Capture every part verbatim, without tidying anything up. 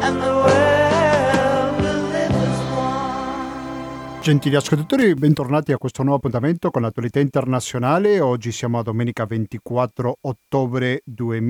and the world will live as one. Gentili ascoltatori, bentornati a questo nuovo appuntamento con l'attualità internazionale. Oggi siamo a domenica ventiquattro ottobre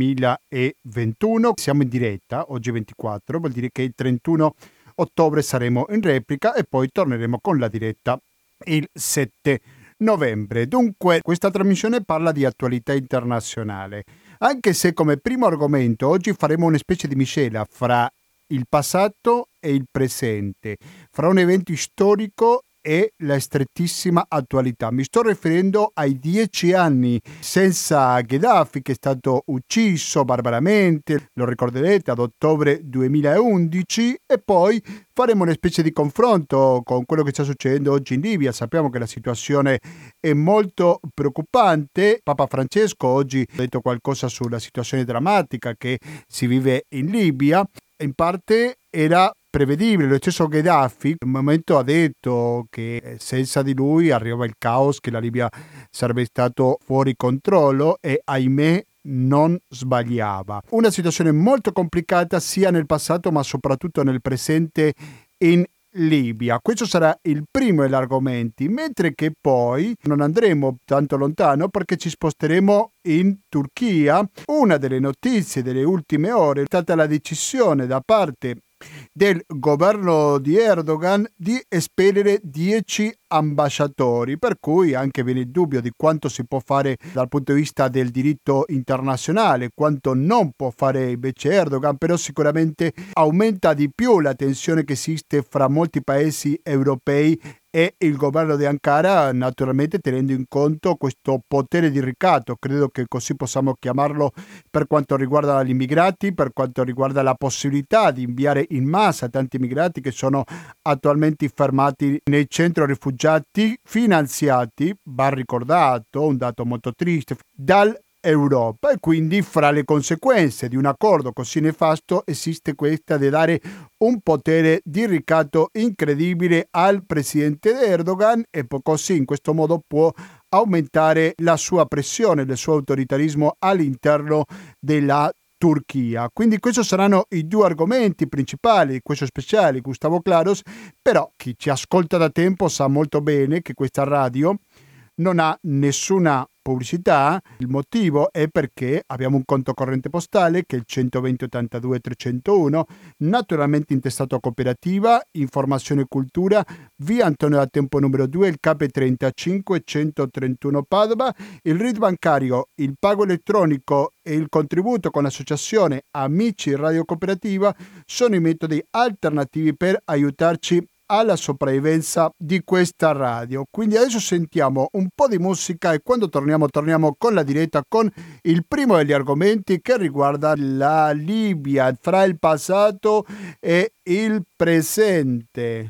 duemilaventuno. Siamo in diretta, oggi ventiquattro, vuol dire che il trentuno ottobre saremo in replica e poi torneremo con la diretta il sette novembre. Dunque, questa trasmissione parla di attualità internazionale, anche se come primo argomento oggi faremo una specie di miscela fra il passato e il presente, fra un evento storico e la strettissima attualità. Mi sto riferendo ai dieci anni senza Gheddafi, che è stato ucciso barbaramente, lo ricorderete, ad ottobre duemilaundici, e poi faremo una specie di confronto con quello che sta succedendo oggi in Libia. Sappiamo che la situazione è molto preoccupante. Papa Francesco oggi ha detto qualcosa sulla situazione drammatica che si vive in Libia. In parte era prevedibile, lo stesso Gheddafi in un momento ha detto che senza di lui arrivava il caos, che la Libia sarebbe stato fuori controllo, e ahimè non sbagliava. Una situazione molto complicata sia nel passato ma soprattutto nel presente in Libia. Questo sarà il primo degli argomenti, mentre che poi non andremo tanto lontano perché ci sposteremo in Turchia. Una delle notizie delle ultime ore è stata la decisione da parte del governo di Erdogan di espellere dieci ambasciatori, per cui anche viene il dubbio di quanto si può fare dal punto di vista del diritto internazionale, quanto non può fare invece Erdogan, però sicuramente aumenta di più la tensione che esiste fra molti paesi europei e il governo di Ankara, naturalmente tenendo in conto questo potere di ricatto, credo che così possiamo chiamarlo, per quanto riguarda gli immigrati, per quanto riguarda la possibilità di inviare in massa tanti immigrati che sono attualmente fermati nei centri rifugiati, finanziati, va ricordato, un dato molto triste, dall'Europa. E quindi fra le conseguenze di un accordo così nefasto esiste questa di dare un potere di ricatto incredibile al presidente Erdogan, e così in questo modo può aumentare la sua pressione, il suo autoritarismo all'interno della Turchia. Quindi questi saranno i due argomenti principali di questo speciale Gustavo Claros, però chi ci ascolta da tempo sa molto bene che questa radio non ha nessuna pubblicità. Il motivo è perché abbiamo un conto corrente postale che è il centoventi ottantadue trecentouno, naturalmente intestato a Cooperativa Informazione e Cultura, via Antonio da Tempo numero due, il K trentacinque centotrentuno Padova. Il R I D bancario, il pago elettronico e il contributo con l'associazione Amici Radio Cooperativa sono i metodi alternativi per aiutarci alla sopravvivenza di questa radio. Quindi adesso sentiamo un po' di musica e quando torniamo torniamo con la diretta con il primo degli argomenti che riguarda la Libia fra il passato e il presente.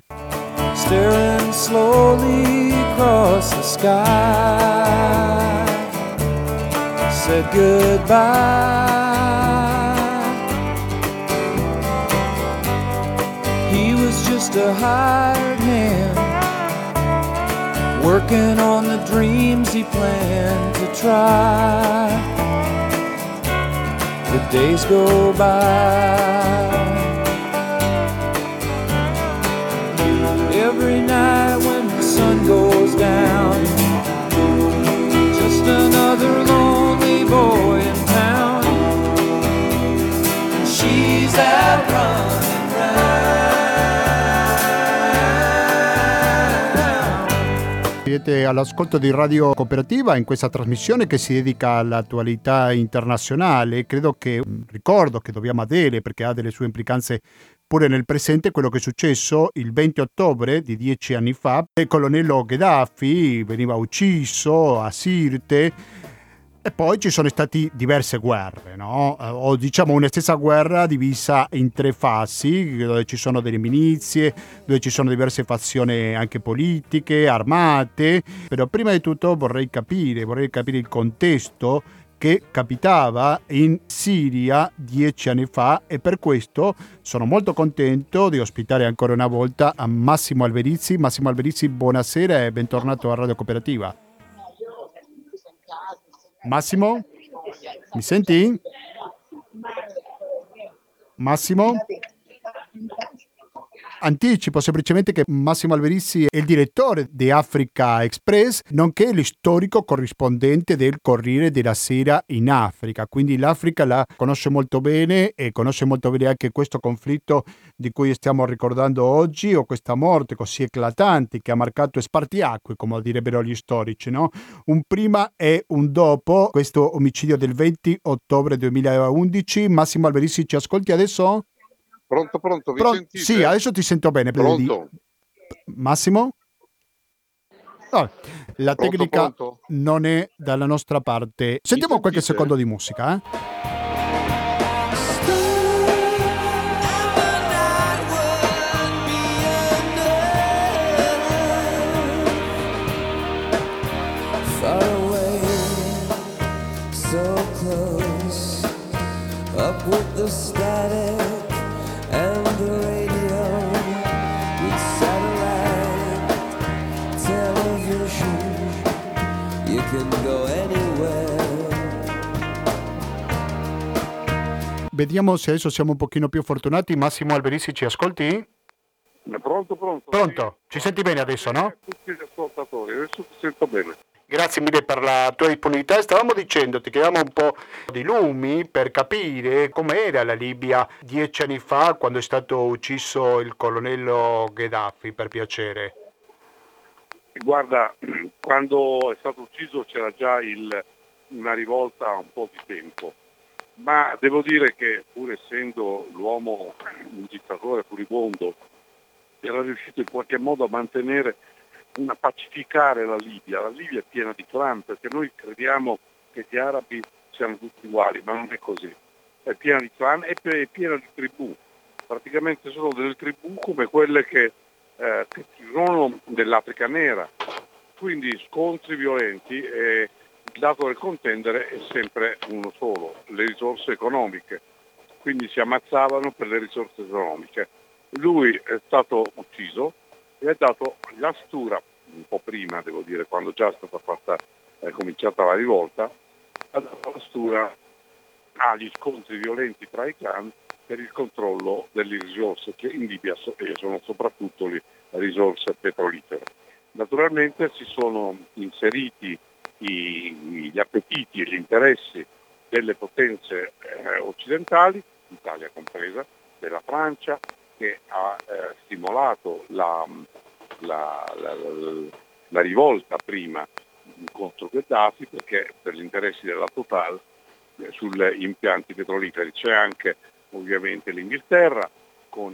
Staring slowly across the sky, said goodbye. He was just a hired hand, working on the dreams he planned to try. The days go by, every night when the sun goes down, just another lonely boy in town. She's out running round. Siete all'ascolto di Radio Cooperativa in questa trasmissione che si dedica all'attualità internazionale. Credo che un ricordo che dobbiamo avere, perché ha delle sue implicanze pure nel presente, quello che è successo il venti ottobre di dieci anni fa. Il colonnello Gheddafi veniva ucciso a Sirte. E poi ci sono stati diverse guerre, no? O diciamo una stessa guerra divisa in tre fasi, dove ci sono delle milizie, dove ci sono diverse fazioni anche politiche, armate. Però prima di tutto vorrei capire, vorrei capire il contesto che capitava in Siria dieci anni fa, e per questo sono molto contento di ospitare ancora una volta a Massimo Alberizi. Massimo Alberizi, buonasera e bentornato a Radio Cooperativa. Massimo? Mi senti? Massimo? Anticipo semplicemente che Massimo Alberizzi è il direttore di Africa Express, nonché lo storico corrispondente del Corriere della Sera in Africa, quindi l'Africa la conosce molto bene e conosce molto bene anche questo conflitto di cui stiamo ricordando oggi, o questa morte così eclatante che ha marcato spartiacque, come direbbero gli storici, no? Un prima e un dopo questo omicidio del venti ottobre duemilaundici. Massimo Alberizzi, ci ascolti adesso? Pronto, pronto, vi Pro- sì, sentite? adesso ti sento bene. Di- Pronto, Massimo? No, la pronto, tecnica pronto? non è dalla nostra parte. Mi Sentiamo qualche sentite? secondo di musica, eh? Far away, so close, up with the static and the radio, with satellite television, you can go anywhere. Vediamo se adesso siamo un pochino più fortunati. Massimo Alberizzi, ci ascolti? Eh, Pronto, pronto? Pronto? Ci senti bene adesso, no? Tutti gli ascoltatori, adesso ti sento bene. Grazie mille per la tua disponibilità. Stavamo dicendo, ti chiediamo un po' di lumi per capire com'era la Libia dieci anni fa quando è stato ucciso il colonnello Gheddafi, per piacere. Guarda, quando è stato ucciso c'era già il- una rivolta un po' di tempo, ma devo dire che pur essendo l'uomo un dittatore furibondo, era riuscito in qualche modo a mantenere, a pacificare la Libia. La Libia è piena di clan, perché noi crediamo che gli arabi siano tutti uguali, ma non è così. È piena di clan e è piena di tribù. Praticamente sono delle tribù come quelle che, eh, che ci sono nell'Africa nera. Quindi scontri violenti e il dato del contendere è sempre uno solo, le risorse economiche. Quindi si ammazzavano per le risorse economiche. Lui è stato ucciso e ha dato la stura, un po' prima devo dire, quando già è stata fatta, è cominciata la rivolta, ha dato la stura agli scontri violenti tra i clan per il controllo delle risorse che in Libia so- e sono soprattutto le risorse petrolifere. Naturalmente si sono inseriti i- gli appetiti e gli interessi delle potenze eh, occidentali, Italia compresa, della Francia, che ha eh, stimolato la, la, la, la- la rivolta prima contro Gheddafi, perché per gli interessi della Total eh, sugli impianti petroliferi. C'è anche ovviamente l'Inghilterra con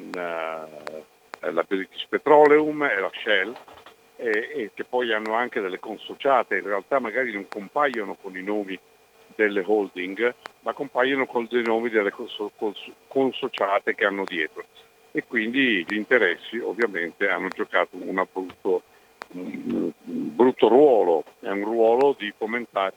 eh, la British Petroleum e la Shell, e, e che poi hanno anche delle consociate, in realtà magari non compaiono con i nomi delle holding, ma compaiono con dei nomi delle cons- cons- consociate che hanno dietro. E quindi gli interessi ovviamente hanno giocato un brutto, un brutto ruolo, è un ruolo di fomentare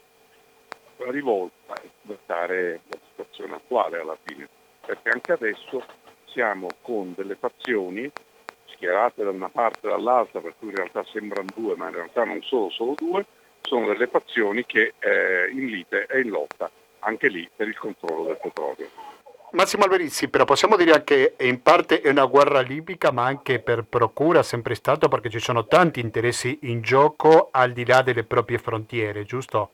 la rivolta e portare la situazione attuale alla fine, perché anche adesso siamo con delle fazioni schierate da una parte e dall'altra, per cui in realtà sembrano due, ma in realtà non sono solo due, sono delle fazioni che è in lite e in lotta, anche lì per il controllo del petrolio. Massimo Alberizzi, però possiamo dire che in parte è una guerra libica, ma anche per procura sempre stato, perché ci sono tanti interessi in gioco al di là delle proprie frontiere, giusto?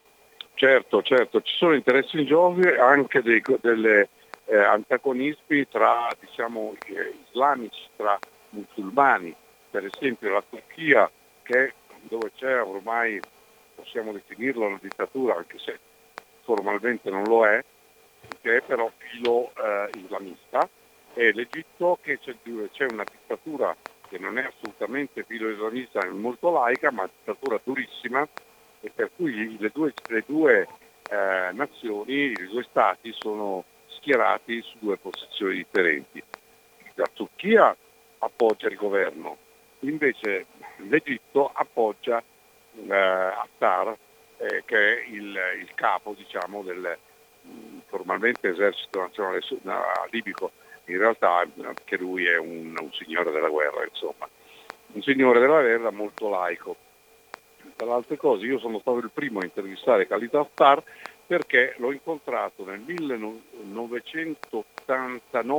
Certo, certo, ci sono interessi in gioco e anche dei, delle eh, antagonismi tra, diciamo, eh, islamici, tra musulmani. Per esempio la Turchia, che dove c'è ormai, possiamo definirla una dittatura, anche se formalmente non lo è, che è però filo eh, islamista, e l'Egitto che c'è, c'è una dittatura che non è assolutamente filo islamista, è molto laica, ma dittatura durissima, e per cui le due, le due eh, nazioni, i due stati sono schierati su due posizioni differenti. La Turchia appoggia il governo, invece l'Egitto appoggia eh, Haftar, eh, che è il, il capo, diciamo, del mh, formalmente esercito nazionale su- na- libico, in realtà anche lui è un, un signore della guerra, insomma, un signore della guerra molto laico. Tra le altre cose, io sono stato il primo a intervistare Khalid Haftar perché l'ho incontrato nel millenovecentottantanove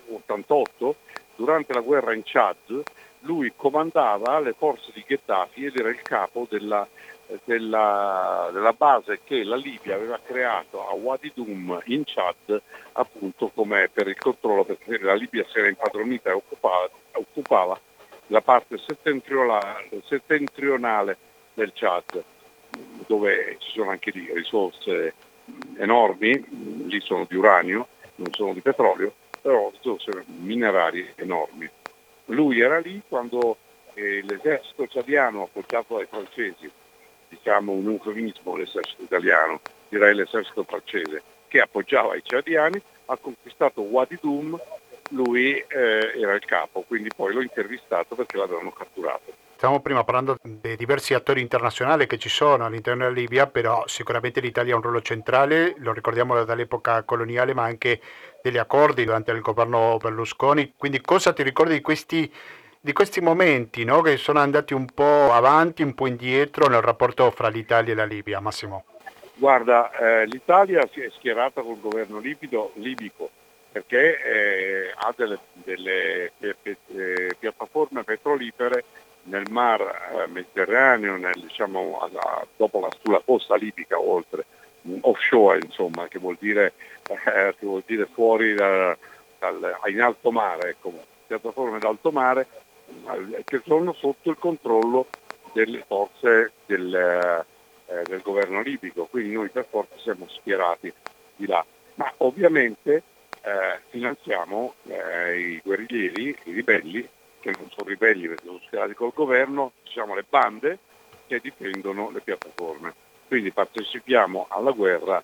ottantotto, durante la guerra in Chad, lui comandava le forze di Gheddafi ed era il capo della, della, della base che la Libia aveva creato a Wadi Dum in Chad, appunto come per il controllo, perché la Libia si era impadronita e occupava, occupava la parte settentrionale, settentrionale del Chad, dove ci sono anche lì risorse enormi, lì sono di uranio, non sono di petrolio, però risorse minerarie enormi. Lui era lì quando eh, l'esercito italiano, appoggiato dai francesi, diciamo un eufemismo l'esercito italiano, direi l'esercito francese, che appoggiava i ciadiani, ha conquistato Wadi Dum, lui eh, era il capo, quindi poi l'ho intervistato perché l'avevano catturato. Stiamo prima parlando di diversi attori internazionali che ci sono all'interno della Libia, però sicuramente l'Italia ha un ruolo centrale, lo ricordiamo dall'epoca coloniale, ma anche degli accordi durante il governo Berlusconi. Quindi cosa ti ricordi di questi, di questi momenti, no? Che sono andati un po' avanti, un po' indietro nel rapporto fra l'Italia e la Libia, Massimo? Guarda, eh, l'Italia si è schierata col governo libido, libico perché eh, ha delle, delle pi- pi- eh, piattaforme petrolifere nel mar eh, Mediterraneo, nel, diciamo, alla, dopo la, sulla costa libica, oltre, offshore insomma, che vuol dire, eh, che vuol dire fuori da, dal, in alto mare, ecco, piattaforme d'alto mare eh, che sono sotto il controllo delle forze del, eh, del governo libico, quindi noi per forza siamo schierati di là. Ma ovviamente eh, finanziamo eh, i guerriglieri, i ribelli, che non sono ribelli perché sono schierati col governo, diciamo le bande che difendono le piattaforme. Quindi partecipiamo alla guerra,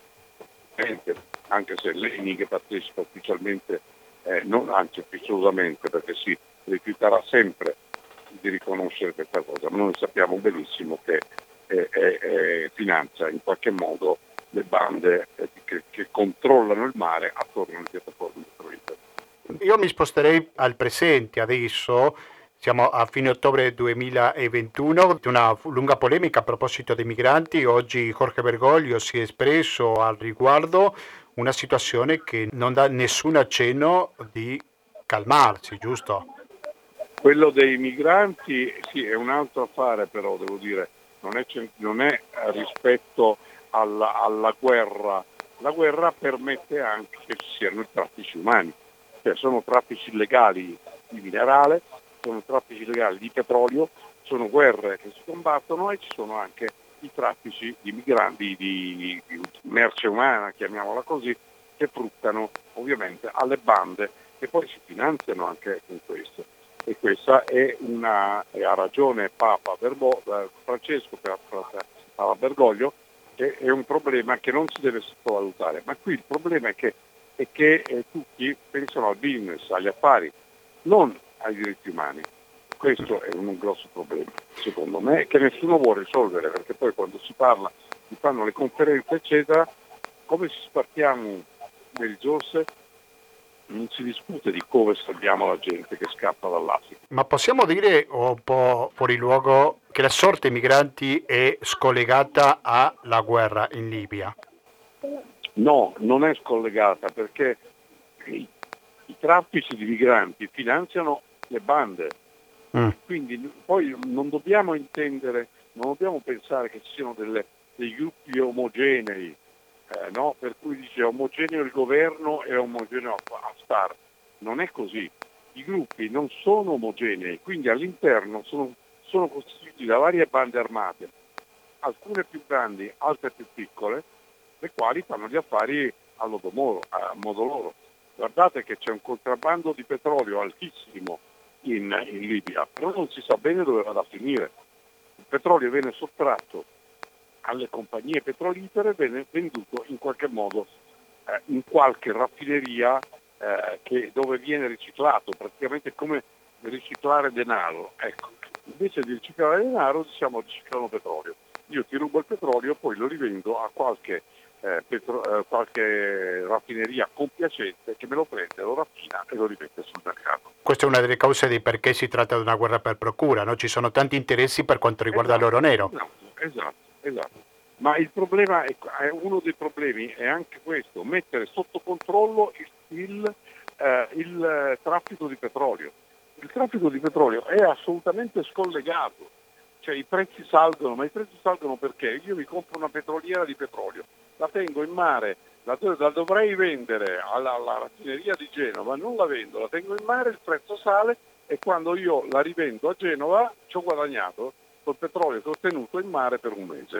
anche se l'E N I che partecipa ufficialmente, eh, non, anzi ufficiosamente, perché si rifiuterà sempre di riconoscere questa cosa, ma noi sappiamo benissimo che eh, eh, eh, finanzia in qualche modo le bande eh, che, che controllano il mare attorno alle piattaforme petrolifere. Io mi sposterei al presente adesso, siamo a fine ottobre duemilaventuno, una lunga polemica a proposito dei migranti. Oggi Jorge Bergoglio si è espresso al riguardo, una situazione che non dà nessun accenno di calmarsi, giusto? Quello dei migranti sì, è un altro affare, però devo dire, non è, non è rispetto alla, alla guerra. La guerra permette anche che ci siano i traffici umani. Cioè, sono traffici illegali di minerale, sono traffici illegali di petrolio, sono guerre che si combattono e ci sono anche i traffici di migranti, di, di merce umana, chiamiamola così, che fruttano ovviamente alle bande che poi si finanziano anche con questo. E questa è una, e ha ragione Papa Berbo, Francesco Papa Bergoglio, che è un problema che non si deve sottovalutare. Ma qui il problema è che e che eh, tutti pensano al business, agli affari, non ai diritti umani. Questo è un grosso problema, secondo me, che nessuno vuole risolvere, perché poi quando si parla, si fanno le conferenze, eccetera, come ci spartiamo le risorse, non si discute di come salviamo la gente che scappa dall'Africa. Ma possiamo dire, un po' fuori luogo, che la sorte dei migranti è scollegata alla guerra in Libia? No, non è scollegata perché i, i traffici di migranti finanziano le bande, mm. quindi poi non dobbiamo intendere, non dobbiamo pensare che ci siano delle, dei gruppi omogenei, eh, no? Per cui dice omogeneo il governo e omogeneo Haftar. Non è così, i gruppi non sono omogenei, quindi all'interno sono, sono costituiti da varie bande armate, alcune più grandi, altre più piccole, le quali fanno gli affari a modo, loro, a modo loro. Guardate che c'è un contrabbando di petrolio altissimo in, in Libia, però non si sa bene dove vada a finire. Il petrolio viene sottratto alle compagnie petrolifere, viene venduto in qualche modo eh, in qualche raffineria eh, che, dove viene riciclato, praticamente come riciclare denaro. Ecco, invece di riciclare denaro, diciamo riciclano petrolio. Io ti rubo il petrolio, poi lo rivendo a qualche Eh, petro, eh, qualche raffineria compiacente che me lo prende, lo raffina e lo rimette sul mercato. Questa è una delle cause di perché si tratta di una guerra per procura, no? Ci sono tanti interessi per quanto riguarda esatto, l'oro nero. Esatto, esatto, esatto. Ma il problema è, è uno dei problemi è anche questo, mettere sotto controllo il, il, eh, il eh, traffico di petrolio. Il traffico di petrolio è assolutamente scollegato, cioè i prezzi salgono, ma i prezzi salgono perché io mi compro una petroliera di petrolio, la tengo in mare, la, la dovrei vendere alla, alla raffineria di Genova, non la vendo, la tengo in mare, il prezzo sale e quando io la rivendo a Genova ci ho guadagnato col petrolio che ho tenuto in mare per un mese.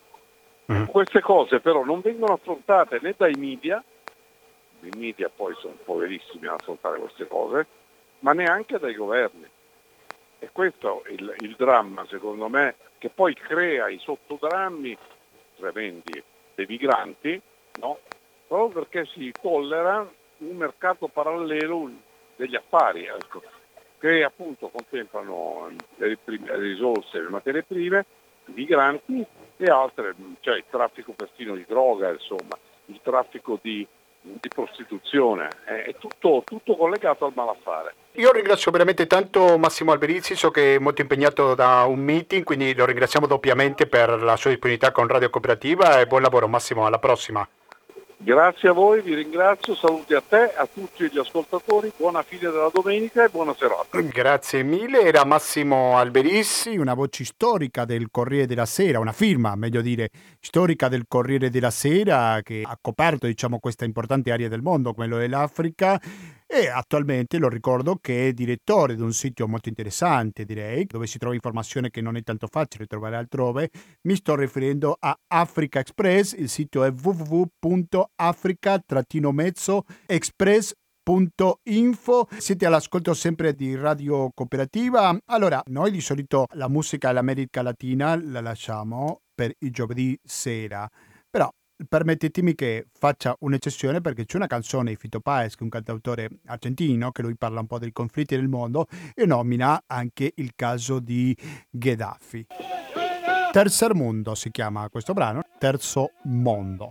Mm. Queste cose però non vengono affrontate né dai media, i media poi sono poverissimi ad affrontare queste cose, ma neanche dai governi. E questo è il, il dramma, secondo me, che poi crea i sottodrammi tremendi dei migranti, no? Proprio perché si tollera un mercato parallelo degli affari, ecco, che appunto contemplano le, le risorse, le materie prime, i migranti e altre, cioè il traffico persino di droga, insomma, il traffico di, di prostituzione, è, è tutto, tutto collegato al malaffare. Io ringrazio veramente tanto Massimo Alberizi, so che è molto impegnato da un meeting, quindi lo ringraziamo doppiamente per la sua disponibilità con Radio Cooperativa e buon lavoro Massimo, alla prossima. Grazie a voi, vi ringrazio, saluti a te, a tutti gli ascoltatori, buona fine della domenica e buona serata. Grazie mille, era Massimo Alberizi, una voce storica del Corriere della Sera, una firma, meglio dire, storica del Corriere della Sera che ha coperto, diciamo, questa importante area del mondo, quello dell'Africa, e attualmente lo ricordo che è direttore di un sito molto interessante, direi, dove si trova informazione che non è tanto facile trovare altrove. Mi sto riferendo a Africa Express, il sito è w w w punto africa mezzo express punto info. Siete all'ascolto sempre di Radio Cooperativa. Allora, noi di solito la musica dell'America Latina la lasciamo per il giovedì sera, però permettetemi che faccia un'eccezione perché c'è una canzone di Fito Páez, che è un cantautore argentino, che lui parla un po' dei conflitti del mondo e nomina anche il caso di Gheddafi. Tercer Mundo si chiama questo brano, Terzo Mondo.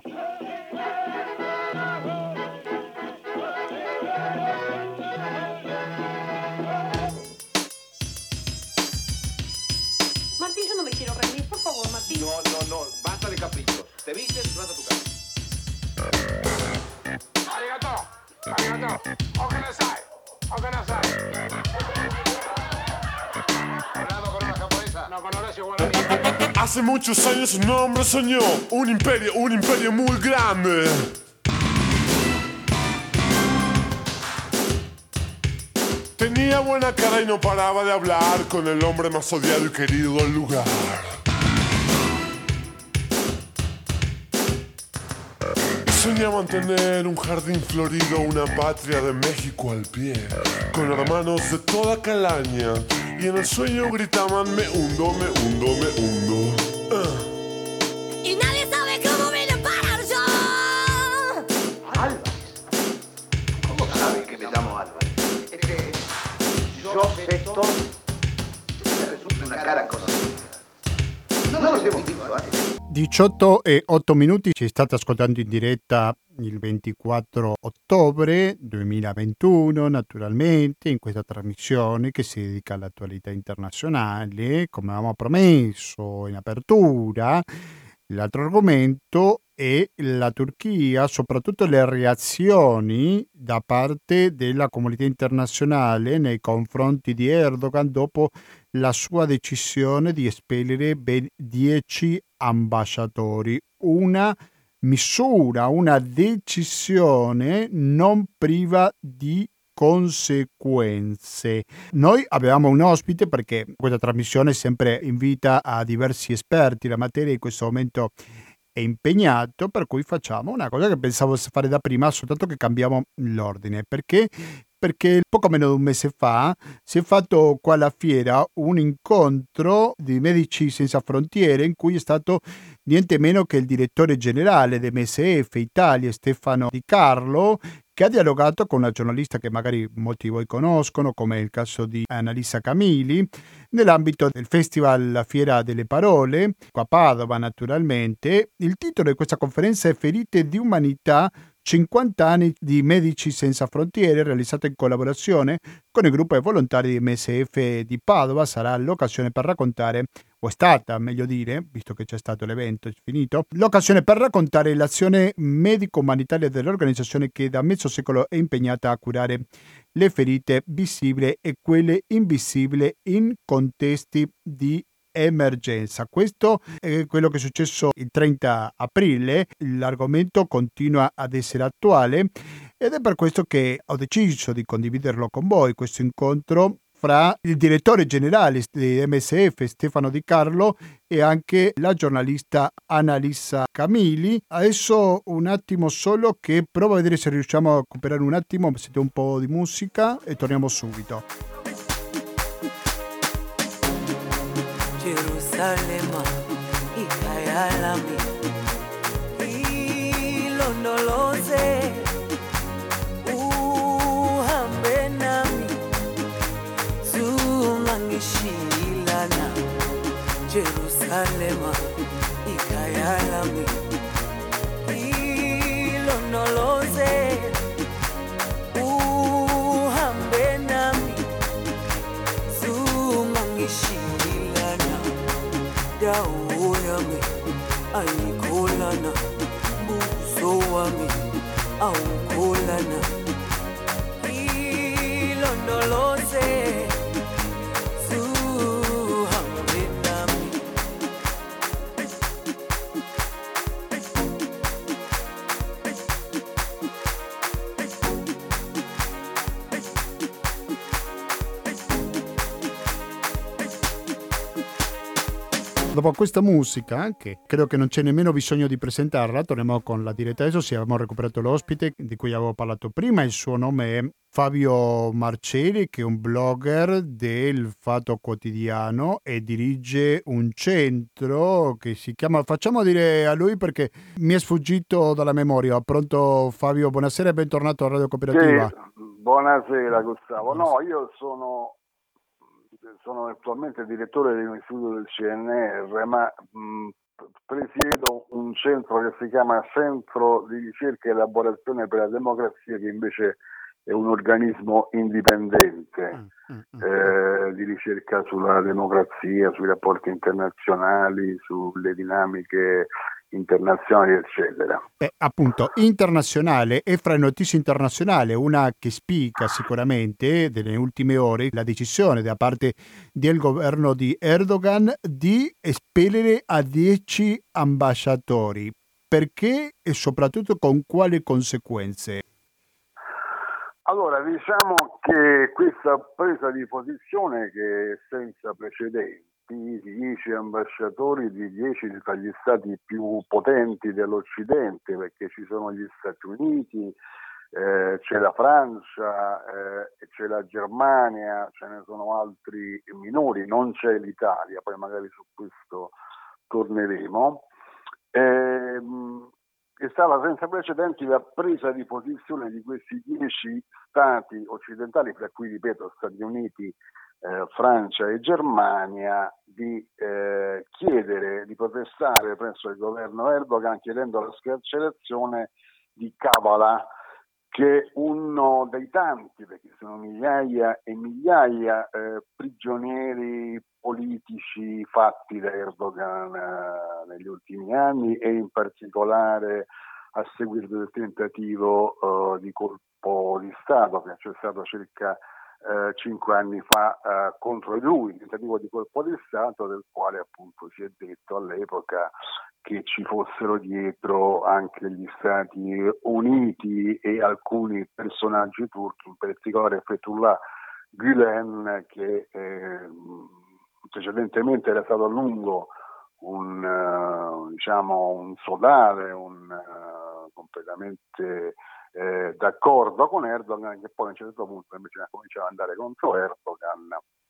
Martín, yo no me quiero rendir, por favor, Martín. No, no, no, basta de caprichos. Te vistes, vas a tu casa. Arigato, arigato. Okanasai, okanasai. Hablando con una japonesa, no con Horacio Guaraní. Hace muchos años un hombre soñó un imperio, un imperio muy grande. Tenía buena cara y no paraba de hablar con el hombre más odiado y querido del lugar. Soñaban tener un jardín florido, una patria de México al pie, con hermanos de toda calaña, y en el sueño gritaban me hundo, me hundo, me hundo. Uh. Y nadie sabe cómo vine a parar yo. Álvarez. ¿Cómo sabe que me llamo Álvarez? Es que yo sé todo. Me resulta una cara conocida. No nos hemos visto antes. diciotto e otto minuti, ci state ascoltando in diretta il ventiquattro ottobre duemilaventuno, naturalmente, in questa trasmissione che si dedica all'attualità internazionale. Come avevamo promesso in apertura, l'altro argomento è la Turchia, soprattutto le reazioni da parte della comunità internazionale nei confronti di Erdogan dopo la sua decisione di espellere ben dieci ambasciatori. Una misura, una decisione non priva di conseguenze. Noi avevamo un ospite perché questa trasmissione sempre invita a diversi esperti, la materia in questo momento è impegnato, per cui facciamo una cosa che pensavo fare da prima, soltanto che cambiamo l'ordine. Perché? Perché poco meno di un mese fa si è fatto qua alla fiera un incontro di Medici Senza Frontiere in cui è stato niente meno che il direttore generale di M S F Italia, Stefano Di Carlo, che ha dialogato con una giornalista che magari molti di voi conoscono, come il caso di Annalisa Camili, nell'ambito del Festival La Fiera delle Parole, qua a Padova naturalmente. Il titolo di questa conferenza è Ferite di umanità, cinquanta anni di Medici Senza Frontiere, realizzata in collaborazione con il gruppo di volontari di M S F di Padova. Sarà l'occasione per raccontare o è stata, meglio dire, visto che c'è stato l'evento, è finito, l'occasione per raccontare l'azione medico-umanitaria dell'organizzazione che da mezzo secolo è impegnata a curare le ferite visibili e quelle invisibili in contesti di emergenza. Questo è quello che è successo il trenta aprile, l'argomento continua ad essere attuale ed è per questo che ho deciso di condividerlo con voi, questo incontro fra il direttore generale di M S F Stefano Di Carlo e anche la giornalista Annalisa Camili. Adesso un attimo solo che provo a vedere se riusciamo a recuperare un attimo, sentite un po' di musica e torniamo subito. Jerusalema ikhaya lami ilondoloze uhambe nami zungangishilana Jerusalema ikhaya lami ilondoloze uhambe nami zungangishilana dawo yami ayikholana buso wami awukholana ilondoloze zuhambe nami. Dopo questa musica, che credo che non c'è nemmeno bisogno di presentarla, torniamo con la diretta. Adesso sì, abbiamo recuperato l'ospite di cui avevo parlato prima, il suo nome è Fabio Marcelli, che è un blogger del Fatto Quotidiano e dirige un centro che si chiama, facciamo dire a lui perché mi è sfuggito dalla memoria. Pronto Fabio, buonasera e bentornato a Radio Cooperativa. Sì, buonasera Gustavo. No, io sono sono attualmente direttore di un istituto del C N R, ma mh, presiedo un centro che si chiama Centro di Ricerca e Elaborazione per la Democrazia, che invece è un organismo indipendente eh, di ricerca sulla democrazia, sui rapporti internazionali, sulle dinamiche internazionali, eccetera. Beh, appunto, internazionale e fra le notizie internazionali una che spica sicuramente delle ultime ore la decisione da parte del governo di Erdogan di espellere a dieci ambasciatori. Perché e soprattutto con quali conseguenze? Allora, diciamo che questa presa di posizione, che è senza precedenti, di dieci ambasciatori di dieci tra gli stati più potenti dell'Occidente, perché ci sono gli Stati Uniti, eh, c'è la Francia, eh, c'è la Germania, ce ne sono altri minori, non c'è l'Italia, poi magari su questo torneremo. Eh, è stata senza precedenti la presa di posizione di questi dieci stati occidentali, tra cui, ripeto, Stati Uniti, Eh, Francia e Germania, di eh, chiedere, di protestare presso il governo Erdogan chiedendo la scarcerazione di Kavala, che è uno dei tanti, perché sono migliaia e migliaia eh, prigionieri politici fatti da Erdogan eh, negli ultimi anni, e in particolare a seguito del tentativo eh, di colpo di Stato che c'è stato circa Eh, cinque anni fa eh, contro di lui, tentativo di colpo di Stato del quale appunto si è detto all'epoca che ci fossero dietro anche gli Stati Uniti e alcuni personaggi turchi, in particolare Fethullah Gülen, che eh, precedentemente era stato a lungo un, uh, diciamo, un sodale, un uh, completamente Eh, d'accordo con Erdogan, che poi a un certo punto invece ha cominciato ad andare contro Erdogan,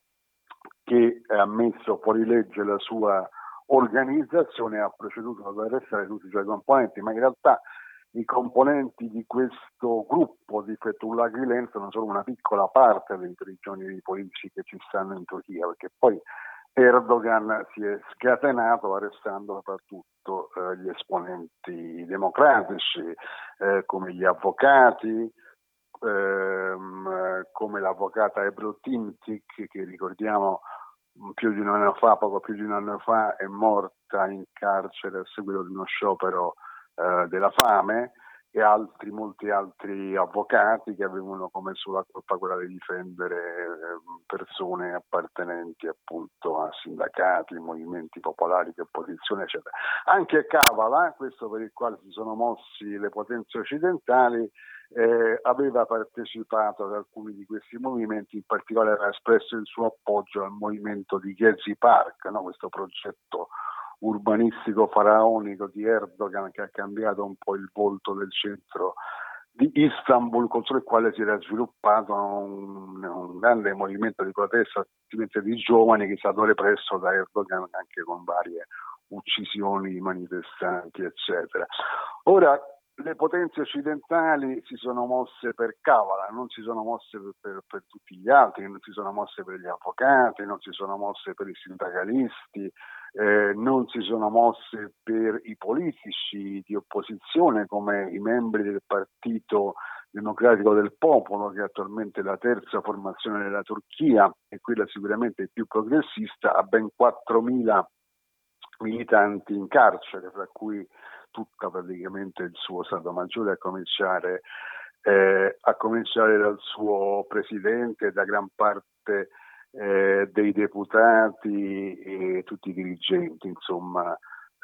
che ha messo fuori legge la sua organizzazione e ha proceduto ad arrestare tutti i suoi componenti, ma in realtà i componenti di questo gruppo di Fethullah Gülen sono solo una piccola parte dei prigionieri politici che ci stanno in Turchia, perché poi Erdogan si è scatenato arrestando soprattutto eh, gli esponenti democratici, eh, come gli avvocati, ehm, come l'avvocata Ebru Timtik, che ricordiamo più di un anno fa, poco più di un anno fa, è morta in carcere a seguito di uno sciopero eh, della fame, e altri, molti altri avvocati che avevano come sola colpa quella di difendere eh, persone appartenenti appunto a sindacati, movimenti popolari di opposizione, eccetera. Anche Kavala, questo per il quale si sono mossi le potenze occidentali, eh, aveva partecipato ad alcuni di questi movimenti, in particolare aveva espresso il suo appoggio al movimento di Gezi Park, no? Questo progetto urbanistico faraonico di Erdogan che ha cambiato un po' il volto del centro di Istanbul, contro il quale si era sviluppato un, un grande movimento di protesta di giovani che è stato represso da Erdogan anche con varie uccisioni di manifestanti, eccetera. Ora le potenze occidentali si sono mosse per Kavala, non si sono mosse per, per, per tutti gli altri, non si sono mosse per gli avvocati, non si sono mosse per i sindacalisti, eh, non si sono mosse per i politici di opposizione come i membri del Partito Democratico del Popolo, che attualmente è la terza formazione della Turchia e quella sicuramente più progressista, ha ben quattromila militanti in carcere, tra cui tutta praticamente il suo Stato Maggiore, a cominciare, eh, a cominciare dal suo presidente, da gran parte eh, dei deputati e tutti i dirigenti, insomma,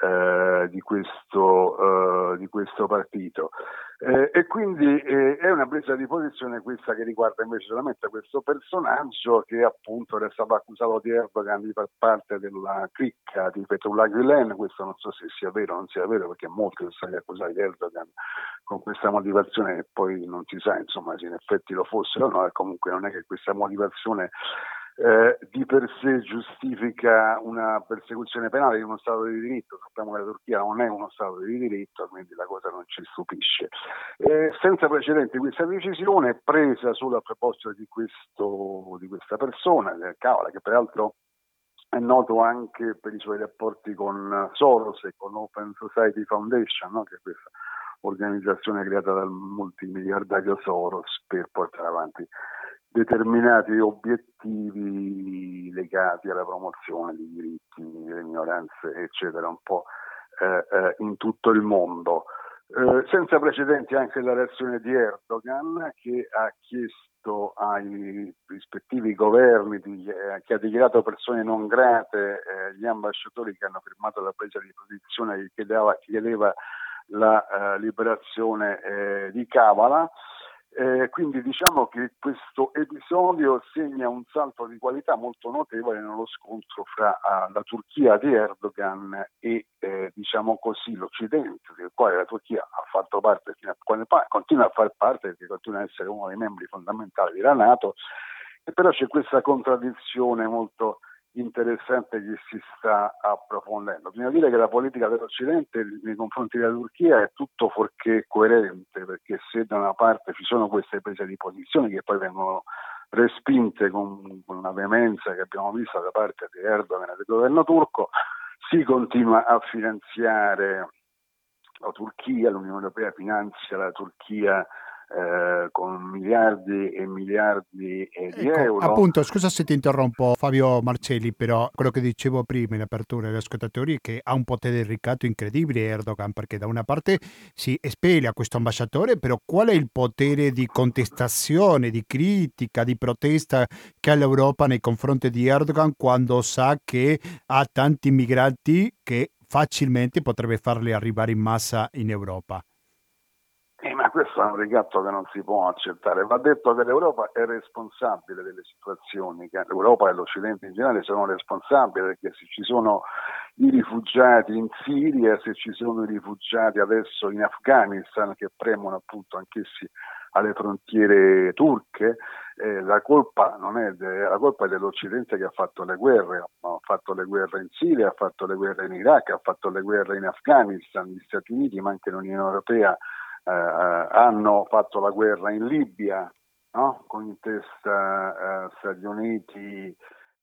eh, di questo, eh, di questo partito. Eh, e quindi eh, è una presa di posizione questa che riguarda invece solamente questo personaggio che appunto era stato accusato di Erdogan di far parte della cricca di Fethullah Gülen. Questo non so se sia vero o non sia vero, perché molti sono stati accusati di Erdogan con questa motivazione e poi non si sa insomma se in effetti lo fossero o no, e comunque non è che questa motivazione Eh, di per sé giustifica una persecuzione penale di uno Stato di diritto. Sappiamo che la Turchia non è uno Stato di diritto, quindi la cosa non ci stupisce. Eh, senza precedenti questa decisione presa solo a proposito di, questo, di questa persona, del Kavala, che peraltro è noto anche per i suoi rapporti con Soros e con Open Society Foundation, no? Che è questa organizzazione creata dal multimiliardario Soros per portare avanti determinati obiettivi legati alla promozione dei diritti delle minoranze, eccetera, un po' eh, eh, in tutto il mondo. Eh, senza precedenti anche la reazione di Erdogan, che ha chiesto ai rispettivi governi, di, eh, che ha dichiarato persone non grate eh, gli ambasciatori che hanno firmato la presa di posizione che chiedeva, chiedeva la eh, liberazione eh, di Kavala. Eh, quindi diciamo che questo episodio segna un salto di qualità molto notevole nello scontro fra uh, la Turchia di Erdogan e eh, diciamo così l'Occidente, del quale la Turchia ha fatto parte, fino a, continua a far parte perché continua a essere uno dei membri fondamentali della NATO, e però c'è questa contraddizione molto interessante che si sta approfondendo. Bisogna dire che la politica dell'Occidente nei confronti della Turchia è tutto fuorché coerente, perché se da una parte ci sono queste prese di posizione che poi vengono respinte con, con una veemenza che abbiamo visto da parte di Erdogan e del governo turco, si continua a finanziare la Turchia, l'Unione Europea finanzia la Turchia Eh, con miliardi e miliardi eh, di ecco, euro. Appunto, scusa se ti interrompo Fabio Marcelli, però quello che dicevo prima in apertura agli ascoltatori è che ha un potere di ricatto incredibile Erdogan, perché da una parte si espeglia questo ambasciatore, però qual è il potere di contestazione, di critica, di protesta che ha l'Europa nei confronti di Erdogan quando sa che ha tanti migranti che facilmente potrebbe farli arrivare in massa in Europa? Eh, ma questo è un ricatto che non si può accettare. Va detto che l'Europa è responsabile delle situazioni, che l'Europa e l'Occidente in generale sono responsabili, perché se ci sono i rifugiati in Siria, se ci sono i rifugiati adesso in Afghanistan che premono appunto anch'essi alle frontiere turche, eh, la colpa non è de- la colpa è dell'Occidente che ha fatto le guerre, ha fatto le guerre in Siria, ha fatto le guerre in Iraq, ha fatto le guerre in Afghanistan, gli Stati Uniti, ma anche l'Unione Europea Eh, hanno fatto la guerra in Libia, no? Con in testa eh, Stati Uniti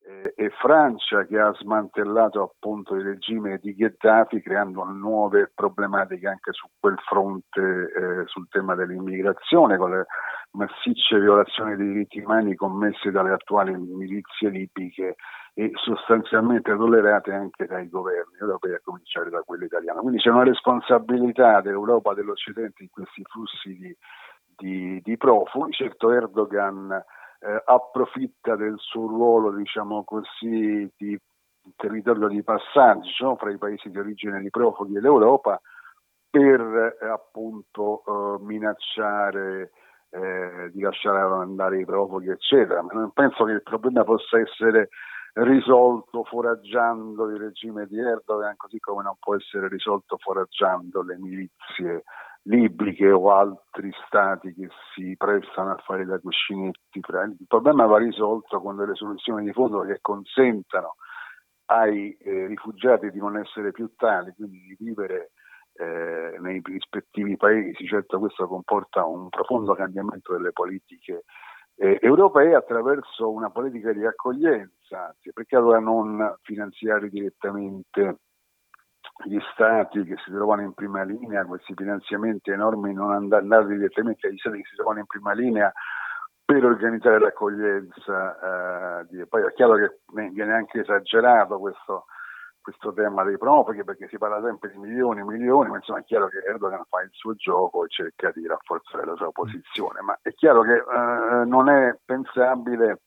eh, e Francia, che ha smantellato appunto il regime di Gheddafi, creando nuove problematiche anche su quel fronte, eh, sul tema dell'immigrazione, con le massicce violazioni dei diritti umani commesse dalle attuali milizie libiche e sostanzialmente tollerate anche dai governi europei, a cominciare da quello italiano. Quindi c'è una responsabilità dell'Europa, dell'Occidente in questi flussi di, di, di profughi. Certo, Erdogan eh, approfitta del suo ruolo, diciamo così, di territorio di passaggio fra i paesi di origine di profughi e l'Europa per eh, appunto eh, minacciare eh, di lasciare andare i profughi, eccetera. Ma non penso che il problema possa essere risolto foraggiando il regime di Erdogan, così come non può essere risolto foraggiando le milizie libiche o altri stati che si prestano a fare da cuscinetti. Il problema va risolto con delle soluzioni di fondo che consentano ai eh, rifugiati di non essere più tali, quindi di vivere eh, nei rispettivi paesi. Certo, questo comporta un profondo cambiamento delle politiche eh, europee attraverso una politica di accoglienza, anzi, perché allora non finanziare direttamente gli stati che si trovano in prima linea, questi finanziamenti enormi, non andare direttamente agli stati che si trovano in prima linea per organizzare l'accoglienza. Eh, poi è chiaro che viene anche esagerato questo, questo tema dei profughi, perché si parla sempre di milioni e milioni, ma insomma è chiaro che Erdogan fa il suo gioco e cerca di rafforzare la sua posizione, ma è chiaro che eh, non è pensabile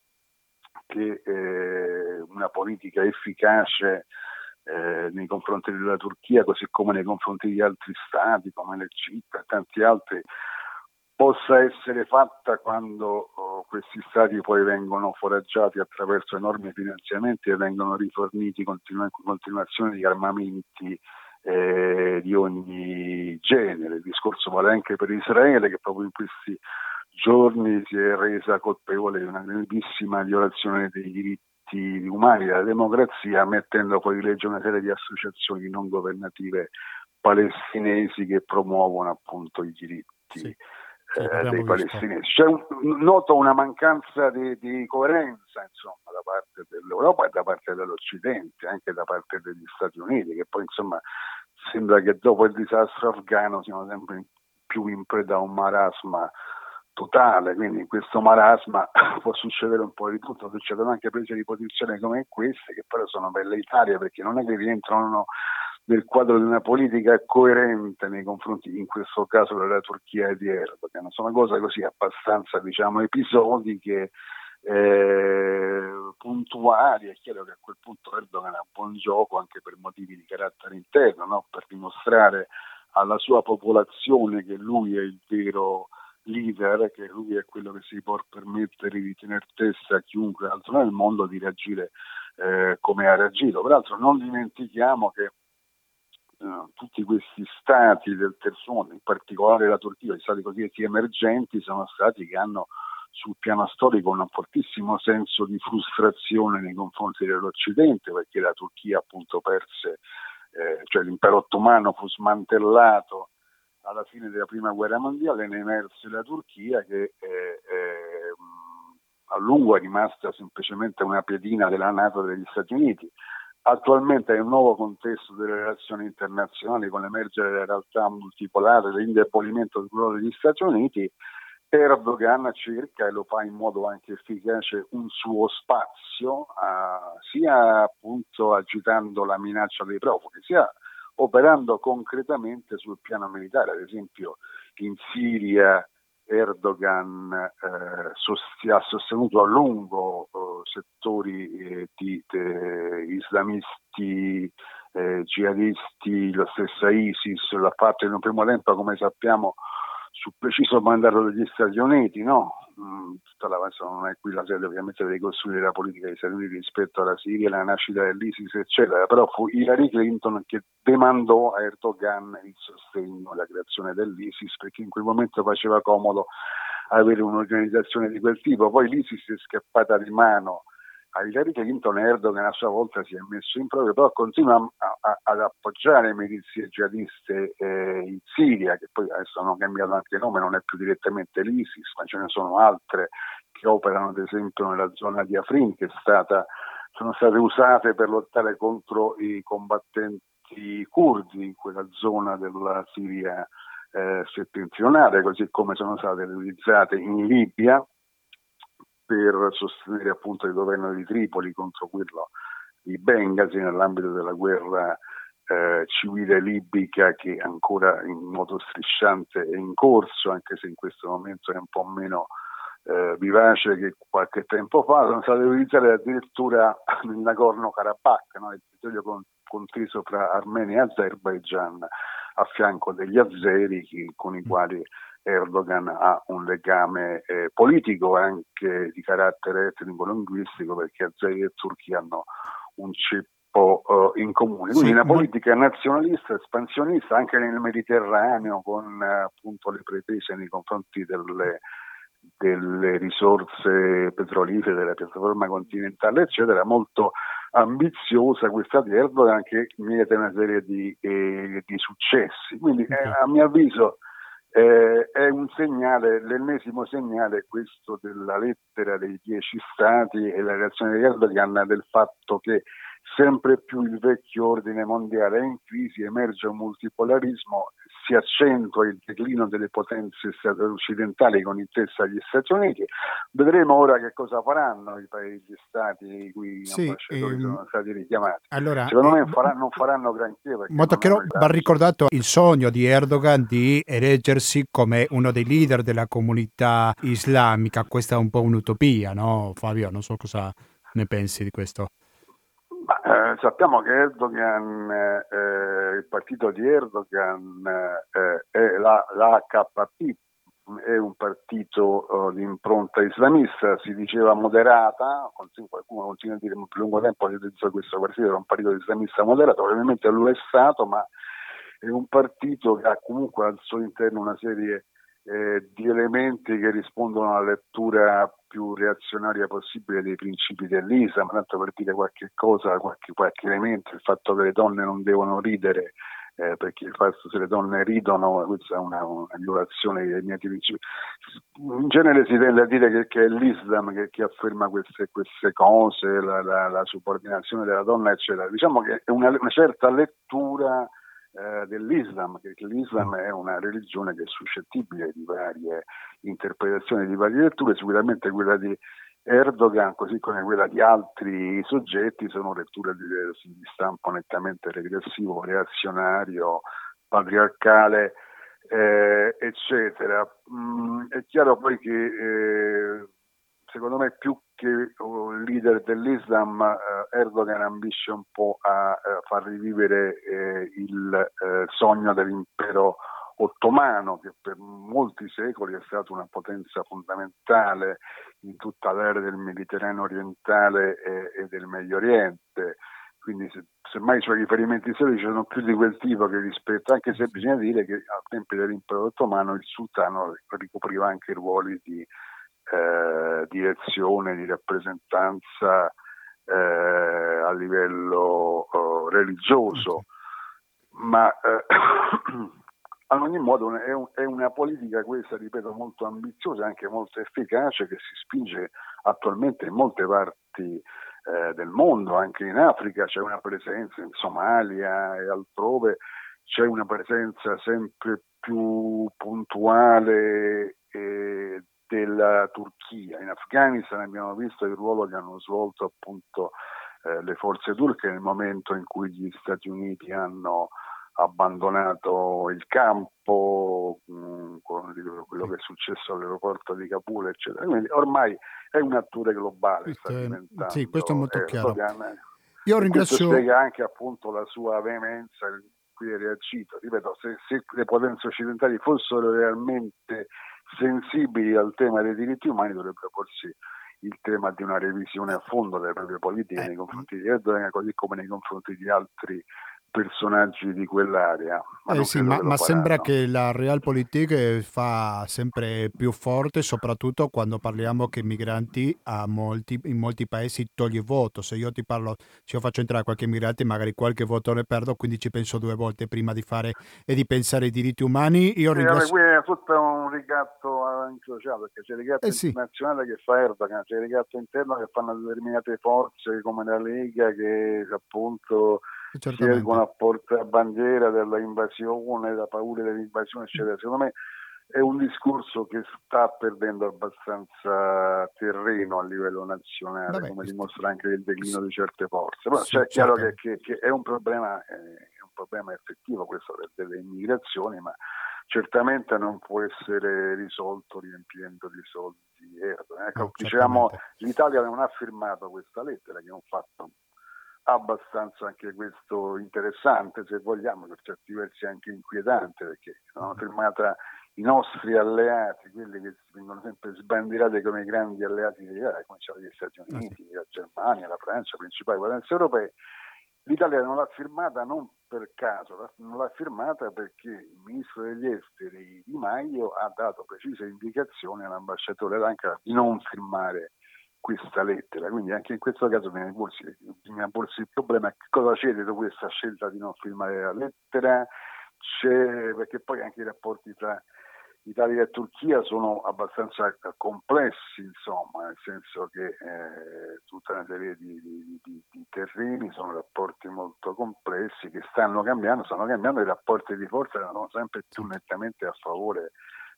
che eh, una politica efficace Eh, nei confronti della Turchia, così come nei confronti di altri stati come l'Egitto e tanti altri, possa essere fatta quando oh, questi stati poi vengono foraggiati attraverso enormi finanziamenti e vengono riforniti continu- continuazione di armamenti eh, di ogni genere. Il discorso vale anche per Israele, che proprio in questi giorni si è resa colpevole di una gravissima violazione dei diritti umani, della democrazia, mettendo fuori legge una serie di associazioni non governative palestinesi che promuovono appunto i diritti sì, eh, dei palestinesi. C'è un, noto una mancanza di, di coerenza, insomma, da parte dell'Europa e da parte dell'Occidente, anche da parte degli Stati Uniti, che poi insomma sembra che dopo il disastro afghano siano sempre più in preda a un marasma totale. Quindi in questo marasma può succedere un po' di tutto, succedono anche prese di posizione come queste, che però sono velleitarie, perché non è che rientrano nel quadro di una politica coerente nei confronti, in questo caso, della Turchia e di Erdogan. Sono cose così abbastanza, diciamo, episodiche, eh, puntuali. È chiaro che a quel punto Erdogan ha un buon gioco anche per motivi di carattere interno, no? Per dimostrare alla sua popolazione che lui è il vero leader, che lui è quello che si può permettere di tenere testa a chiunque altro nel mondo, di reagire eh, come ha reagito. Peraltro non dimentichiamo che eh, tutti questi stati del terzo mondo, in particolare la Turchia, gli stati cosiddetti emergenti, sono stati che hanno sul piano storico un fortissimo senso di frustrazione nei confronti dell'Occidente, perché la Turchia appunto perse, eh, cioè l'impero ottomano fu smantellato alla fine della prima guerra mondiale, ne emerse la Turchia che eh, eh, a lungo è rimasta semplicemente una piedina della NATO e degli Stati Uniti. Attualmente è un nuovo contesto delle relazioni internazionali, con l'emergere della realtà multipolare, l'indebolimento del ruolo degli Stati Uniti. Erdogan cerca, e lo fa in modo anche efficace, un suo spazio, eh, sia appunto agitando la minaccia dei profughi, sia operando concretamente sul piano militare. Ad esempio in Siria Erdogan eh, sost- ha sostenuto a lungo eh, settori eh, di eh, islamisti, eh, jihadisti, la stessa ISIS, l'ha fatto in un primo tempo, come sappiamo, su preciso mandato degli Stati Uniti, no? Mm, tutta la non è qui la sede ovviamente di ricostruire la politica degli Stati Uniti rispetto alla Siria, la nascita dell'ISIS, eccetera, però fu Hillary Clinton che demandò a Erdogan il sostegno alla creazione dell'ISIS, perché in quel momento faceva comodo avere un'organizzazione di quel tipo. Poi l'ISIS è scappata di mano a Hillary Clinton, Erdogan a sua volta si è messo in proprio, però continua a, a, ad appoggiare le milizie jihadiste eh, in Siria, che poi adesso hanno cambiato anche nome, non è più direttamente l'ISIS, ma ce ne sono altre che operano ad esempio nella zona di Afrin, che è stata, sono state usate per lottare contro i combattenti curdi in quella zona della Siria eh, settentrionale, così come sono state utilizzate in Libia per sostenere appunto il governo di Tripoli contro quello di Bengasi nell'ambito della guerra eh, civile libica, che ancora in modo strisciante è in corso, anche se in questo momento è un po' meno eh, vivace che qualche tempo fa. Sono state utilizzate addirittura nel Nagorno-Karabakh, no? Il territorio con, conteso fra Armenia e Azerbaijan, a fianco degli azeri che, con i quali Erdogan ha un legame eh, politico anche di carattere etnico-linguistico, perché azeri e turchi hanno un ceppo uh, in comune. Quindi sì, una politica ma... nazionalista, espansionista anche nel Mediterraneo, con uh, appunto le pretese nei confronti delle, delle risorse petrolifere, della piattaforma continentale, eccetera, molto ambiziosa questa di Erdogan, che miete una serie di, eh, di successi. Quindi okay. eh, a mio avviso Eh, è un segnale, l'ennesimo segnale questo della lettera dei dieci stati e la reazione di Erdogan del fatto che sempre più il vecchio ordine mondiale è in crisi, emerge un multipolarismo, si accentua il declino delle potenze occidentali con in testa gli Stati Uniti. Vedremo ora che cosa faranno i paesi stati i cui sì, ambasciatori ehm, sono stati richiamati. Allora, Secondo eh, me faranno, non faranno granché. Motochero va ricordato il sogno di Erdogan di eleggersi come uno dei leader della comunità islamica. Questa è un po' un'utopia, no Fabio? Non so cosa ne pensi di questo. Ma, eh, sappiamo che Erdogan, eh, il partito di Erdogan eh, è la, l'H P, è un partito uh, di impronta islamista, si diceva moderata, qualcuno continua a dire per lungo tempo che questo partito era un partito islamista moderato, probabilmente lo è stato, ma è un partito che ha comunque al suo interno una serie eh, di elementi che rispondono alla lettura più reazionaria possibile dei principi dell'Islam. Tanto per dire qualche cosa, qualche, qualche elemento, il fatto che le donne non devono ridere eh, perché il fatto se le donne ridono, questa è una, una violazione dei miei principi. In genere si tende a dire che, che è l'Islam che, che afferma queste, queste cose, la, la, la subordinazione della donna, eccetera. Diciamo che è una, una certa lettura dell'Islam, che l'Islam è una religione che è suscettibile di varie interpretazioni, di varie letture. Sicuramente quella di Erdogan, così come quella di altri soggetti, sono letture di, di stampo nettamente regressivo, reazionario, patriarcale, eh, eccetera. Mm, è chiaro poi che eh, secondo me più che il leader dell'Islam, eh, Erdogan ambisce un po' a eh, far rivivere eh, il eh, sogno dell'impero ottomano, che per molti secoli è stata una potenza fondamentale in tutta l'area del Mediterraneo orientale e, e del Medio Oriente. Quindi se, semmai i suoi riferimenti storici sono più di quel tipo che rispetto, anche se bisogna dire che al tempo dell'impero ottomano il sultano ricopriva anche ruoli di Eh, direzione, di rappresentanza eh, a livello eh, religioso, ma eh, ad ogni modo è, un, è una politica questa, ripeto, molto ambiziosa e anche molto efficace, che si spinge attualmente in molte parti eh, del mondo, anche in Africa c'è una presenza, in Somalia e altrove c'è una presenza sempre più puntuale e della Turchia. In Afghanistan abbiamo visto il ruolo che hanno svolto appunto eh, le forze turche nel momento in cui gli Stati Uniti hanno abbandonato il campo, mh, con quello che è successo all'aeroporto di Kabul, eccetera. Quindi ormai è un attore globale, sta diventando. Sì, questo è molto chiaro. Erdogan. Io ringrazio. Questo spiega anche appunto la sua veemenza in cui è reagito. Ripeto, se, se le potenze occidentali fossero realmente sensibili al tema dei diritti umani, dovrebbero porsi il tema di una revisione a fondo delle proprie politiche eh. nei confronti di Erdogan, così come nei confronti di altri personaggi di quell'area. Ma, Eh non sì, credo ma, che lo ma sembra faranno. che la Realpolitik fa sempre più forte, soprattutto quando parliamo che i migranti a molti, in molti paesi toglie voto. Se io ti parlo, se io faccio entrare qualche migrante, magari qualche voto ne perdo, quindi ci penso due volte prima di fare e di pensare ai diritti umani. Io Sì, vabbè, ringrazio. qui è tutto un ricatto incrociato, perché c'è il ricatto Eh sì, internazionale che fa Erdogan, c'è il ricatto interno che fanno determinate forze come la Lega che appunto si ergono certamente. a portabandiera dell'invasione, della paura dell'invasione, eccetera. Secondo me è un discorso che sta perdendo abbastanza terreno a livello nazionale, Vabbè, come questo- dimostra anche il declino s- di certe forze. Però sì, c'è chiaro che, certamente. che- che è un problema, eh, è un problema effettivo questo del- delle immigrazioni, ma certamente non può essere risolto riempiendo di soldi Erdogan. Ecco, No, diciamo, certamente. l'Italia non ha firmato questa lettera, che è un fatto abbastanza anche questo interessante, se vogliamo, per certi versi anche inquietante, perché l'hanno firmata i nostri alleati, quelli che vengono sempre sbandierati come i grandi alleati dell'Italia, come diciamo gli Stati Ah, sì. Uniti, la Germania, la Francia, principali potenze europee. L'Italia non l'ha firmata non per caso, non l'ha firmata perché il ministro degli esteri Di Maio ha dato precise indicazioni all'ambasciatore D'Ancara di non firmare questa lettera, quindi anche in questo caso bisogna porsi, bisogna porsi il problema che cosa c'è dietro questa scelta di non firmare la lettera, c'è, perché poi anche i rapporti tra Italia e Turchia sono abbastanza complessi, insomma, nel senso che eh, tutta una serie di, di, di, di terreni sono rapporti molto complessi che stanno cambiando, stanno cambiando, i rapporti di forza sono sempre più nettamente a favore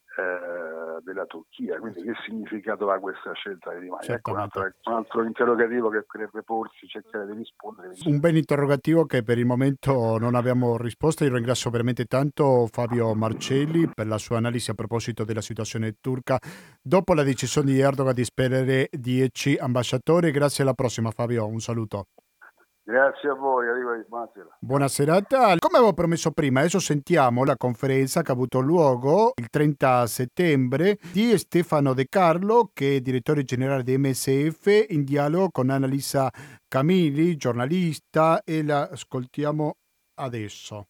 eh, della Turchia, quindi che significato ha questa scelta di Di Maio? Ecco un altro, Certamente. un altro interrogativo che potrebbe porsi, cercare di rispondere. Un bel interrogativo che per il momento non abbiamo risposta. Io ringrazio veramente tanto Fabio Marcelli per la sua analisi a proposito della situazione turca dopo la decisione di Erdogan di spedire dieci ambasciatori. Grazie, alla prossima Fabio, un saluto. Grazie a voi, arrivederci, buonasera. Buona serata. Come avevo promesso prima, adesso sentiamo la conferenza che ha avuto luogo il trenta settembre di Stefano De Carlo, che è direttore generale di M S F, in dialogo con Annalisa Camilli, giornalista, e la ascoltiamo adesso.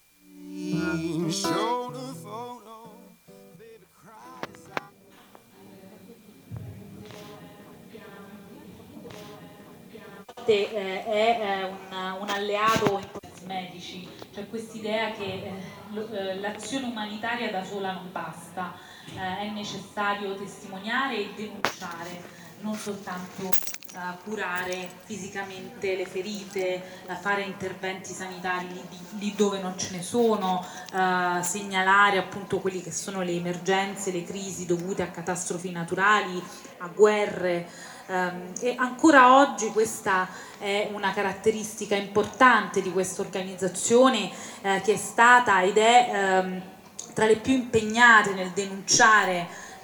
eh, è eh, un, un alleato in questi medici, cioè quest'idea che eh, lo- eh, l'azione umanitaria da sola non basta, eh, è necessario testimoniare e denunciare, non soltanto eh, curare fisicamente le ferite, eh, fare interventi sanitari lì, lì dove non ce ne sono, eh, segnalare appunto quelli che sono le emergenze, le crisi dovute a catastrofi naturali, a guerre. Um, e ancora oggi questa è una caratteristica importante di questa organizzazione eh, che è stata ed è ehm, tra le più impegnate nel denunciare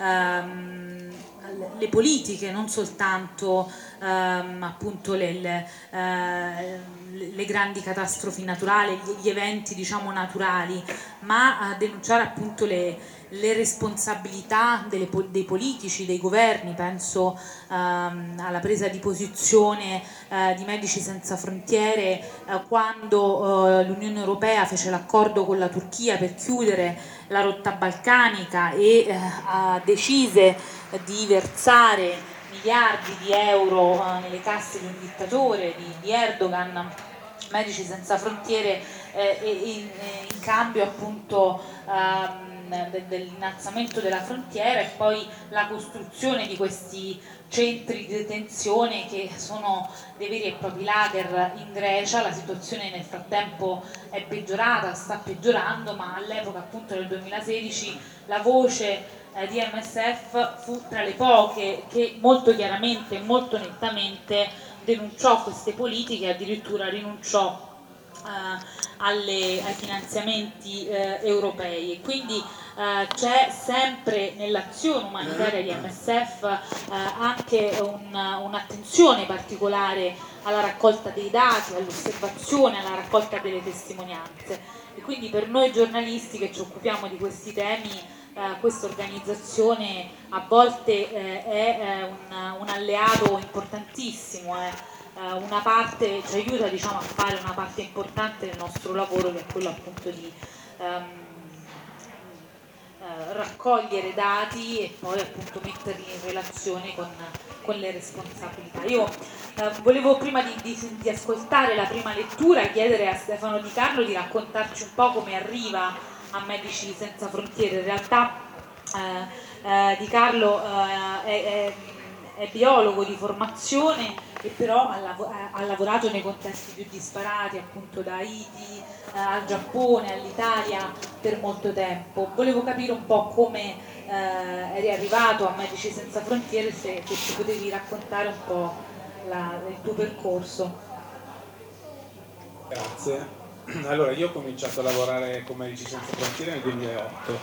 ehm, le politiche, non soltanto ehm, appunto le, le, eh, le grandi catastrofi naturali, gli eventi diciamo naturali, ma a denunciare appunto le le responsabilità delle, dei politici, dei governi, penso ehm, alla presa di posizione eh, di Medici Senza Frontiere eh, quando eh, l'Unione Europea fece l'accordo con la Turchia per chiudere la rotta balcanica e eh, decise di versare miliardi di euro eh, nelle casse di un dittatore, di, di Erdogan. Medici Senza Frontiere eh, in, in cambio appunto ehm, dell'innalzamento della frontiera e poi la costruzione di questi centri di detenzione che sono dei veri e propri lager in Grecia. La situazione nel frattempo è peggiorata, sta peggiorando, ma all'epoca appunto nel duemilasedici la voce eh, di M S F fu tra le poche che molto chiaramente e molto nettamente denunciò queste politiche e addirittura rinunciò eh, alle, ai finanziamenti eh, europei, e quindi eh, c'è sempre nell'azione umanitaria di M S F eh, anche un, un'attenzione particolare alla raccolta dei dati, all'osservazione, alla raccolta delle testimonianze, e quindi per noi giornalisti che ci occupiamo di questi temi Uh, questa organizzazione a volte uh, è uh, un, un alleato importantissimo, eh. eh, una parte, ci aiuta diciamo, a fare una parte importante del nostro lavoro, che è quello appunto di ehm, eh, raccogliere dati e poi appunto metterli in relazione con, con le responsabilità. Io eh, volevo prima di, di, di ascoltare la prima lettura chiedere a Stefano Di Carlo di raccontarci un po' come arriva a Medici Senza Frontiere. In realtà eh, eh, Di Carlo eh, è, è, è biologo di formazione e però ha, lav- ha lavorato nei contesti più disparati, appunto da Haiti eh, al Giappone, all'Italia per molto tempo. Volevo capire un po' come eh, eri arrivato a Medici Senza Frontiere, se, se ci potevi raccontare un po' la, il tuo percorso. Grazie. Allora, io ho cominciato a lavorare con Medici Senza Frontiere nel duemilaotto,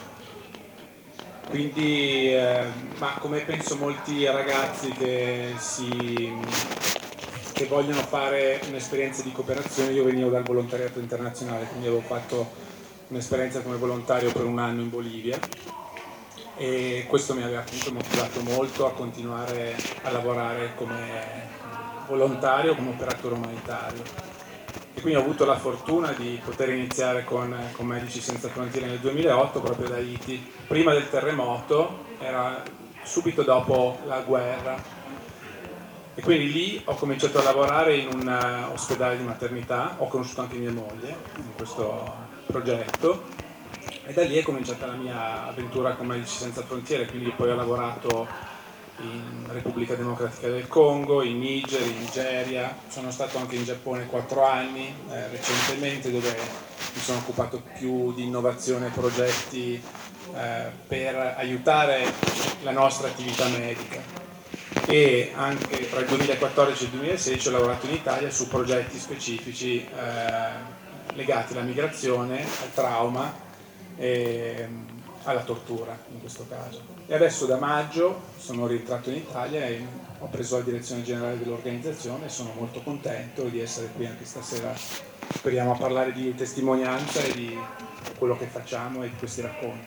quindi, eh, ma come penso molti ragazzi che, si, che vogliono fare un'esperienza di cooperazione, io venivo dal volontariato internazionale, quindi avevo fatto un'esperienza come volontario per un anno in Bolivia e questo mi aveva appunto motivato molto a continuare a lavorare come volontario, come operatore umanitario. E quindi ho avuto la fortuna di poter iniziare con, con Medici Senza Frontiere nel duemilaotto, proprio da Haiti, prima del terremoto, era subito dopo la guerra. E quindi lì ho cominciato a lavorare in un uh, ospedale di maternità, ho conosciuto anche mia moglie in questo progetto e da lì è cominciata la mia avventura con Medici Senza Frontiere, quindi poi ho lavorato in Repubblica Democratica del Congo, in Niger, in Nigeria, sono stato anche in Giappone quattro anni eh, recentemente, dove mi sono occupato più di innovazione e progetti eh, per aiutare la nostra attività medica e anche tra il duemilaquattordici e il duemilasedici ho lavorato in Italia su progetti specifici eh, legati alla migrazione, al trauma e alla tortura in questo caso. E adesso da maggio sono rientrato in Italia e ho preso la direzione generale dell'organizzazione e sono molto contento di essere qui anche stasera. Speriamo a parlare di testimonianza e di quello che facciamo e di questi racconti.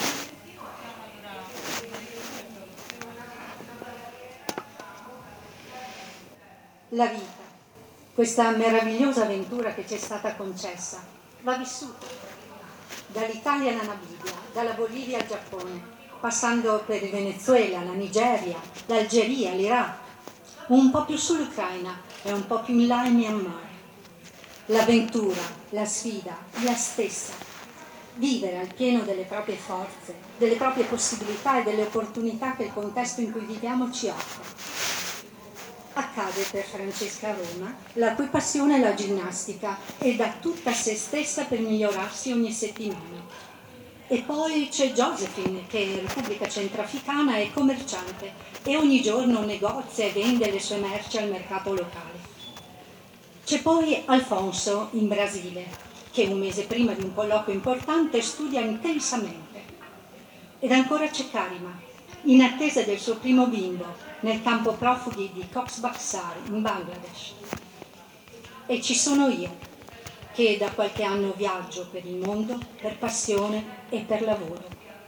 La vita, questa meravigliosa avventura che ci è stata concessa, va vissuta. Dall'Italia alla Namibia, dalla Bolivia al Giappone, passando per il Venezuela, la Nigeria, l'Algeria, l'Iraq, un po' più sull'Ucraina e un po' più in là in Myanmar. L'avventura, la sfida, la stessa. Vivere al pieno delle proprie forze, delle proprie possibilità e delle opportunità che il contesto in cui viviamo ci offre. Accade per Francesca Roma, la cui passione è la ginnastica e dà tutta se stessa per migliorarsi ogni settimana. E poi c'è Josephine, che in Repubblica Centrafricana è commerciante e ogni giorno negozia e vende le sue merci al mercato locale. C'è poi Alfonso in Brasile, che un mese prima di un colloquio importante studia intensamente. Ed ancora c'è Karima, in attesa del suo primo bimbo, nel campo profughi di Cox's Bazar in Bangladesh. E ci sono io, che da qualche anno viaggio per il mondo per passione e per lavoro.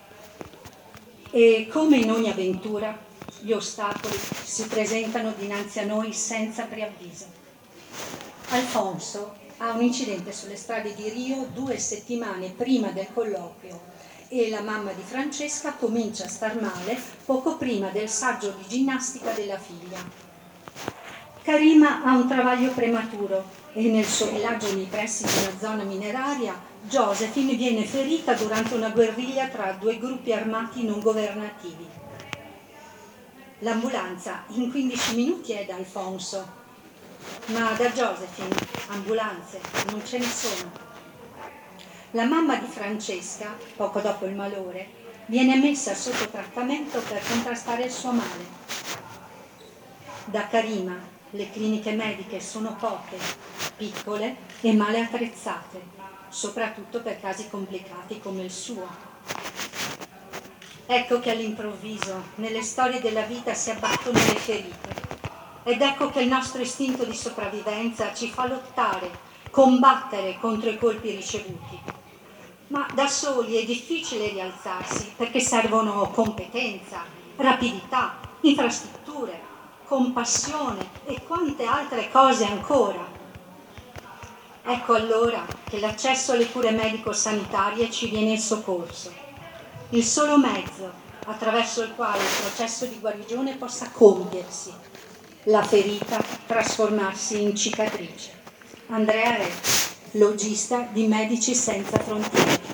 E come in ogni avventura, gli ostacoli si presentano dinanzi a noi senza preavviso. Alfonso ha un incidente sulle strade di Rio due settimane prima del colloquio e la mamma di Francesca comincia a star male poco prima del saggio di ginnastica della figlia. Karima ha un travaglio prematuro e nel suo villaggio nei pressi di una zona mineraria Josephine viene ferita durante una guerriglia tra due gruppi armati non governativi. L'ambulanza in quindici minuti è da Alfonso, ma da Josephine ambulanze non ce ne sono. La mamma di Francesca, poco dopo il malore, viene messa sotto trattamento per contrastare il suo male. Da Karima le cliniche mediche sono poche, piccole e male attrezzate, soprattutto per casi complicati come il suo. Ecco che all'improvviso nelle storie della vita si abbattono le ferite ed ecco che il nostro istinto di sopravvivenza ci fa lottare, combattere contro i colpi ricevuti. Ma da soli è difficile rialzarsi perché servono competenza, rapidità, infrastrutture, compassione e quante altre cose ancora. Ecco allora che l'accesso alle cure medico-sanitarie ci viene in soccorso, il solo mezzo attraverso il quale il processo di guarigione possa compiersi, la ferita trasformarsi in cicatrice. Andrea Re, logista di Medici Senza Frontiere.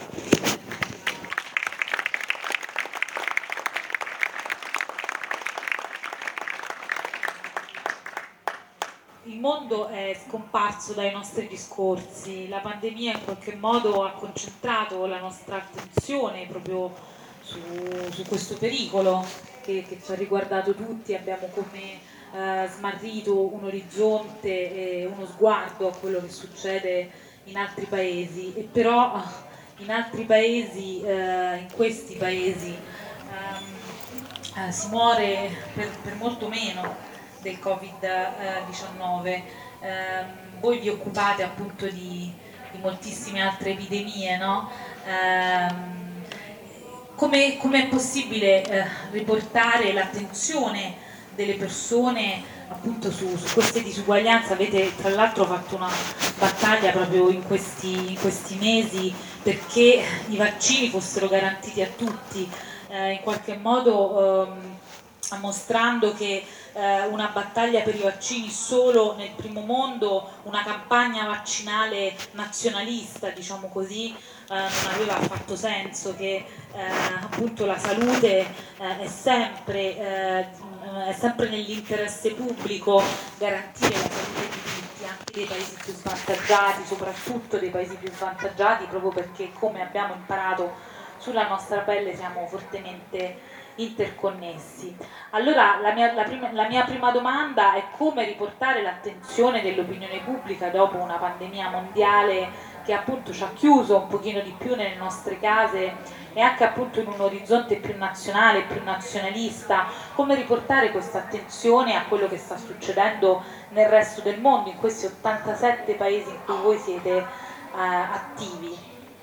Il mondo è scomparso dai nostri discorsi, la pandemia in qualche modo ha concentrato la nostra attenzione proprio su, su questo pericolo che, che ci ha riguardato tutti, abbiamo come eh, smarrito un orizzonte e uno sguardo a quello che succede in altri paesi, e però in altri paesi, eh, in questi paesi, ehm, eh, si muore per, per molto meno del covid diciannove. Eh, voi vi occupate appunto di, di moltissime altre epidemie, no? Eh, come, come è possibile eh, riportare l'attenzione delle persone appunto su, su queste disuguaglianze? Avete tra l'altro fatto una battaglia proprio in questi, in questi mesi perché i vaccini fossero garantiti a tutti, eh, in qualche modo ehm, mostrando che eh, una battaglia per i vaccini solo nel primo mondo, una campagna vaccinale nazionalista, diciamo così, eh, non aveva affatto senso, che eh, appunto la salute eh, è sempre, eh, è sempre nell'interesse pubblico, garantire la salute di tutti, anche dei paesi più svantaggiati, soprattutto dei paesi più svantaggiati, proprio perché, come abbiamo imparato sulla nostra pelle, siamo fortemente interconnessi. Allora la mia, la, prima, la mia prima domanda è come riportare l'attenzione dell'opinione pubblica dopo una pandemia mondiale che appunto ci ha chiuso un pochino di più nelle nostre case e anche appunto in un orizzonte più nazionale, più nazionalista, come riportare questa attenzione a quello che sta succedendo nel resto del mondo, in questi ottantasette paesi in cui voi siete eh, attivi?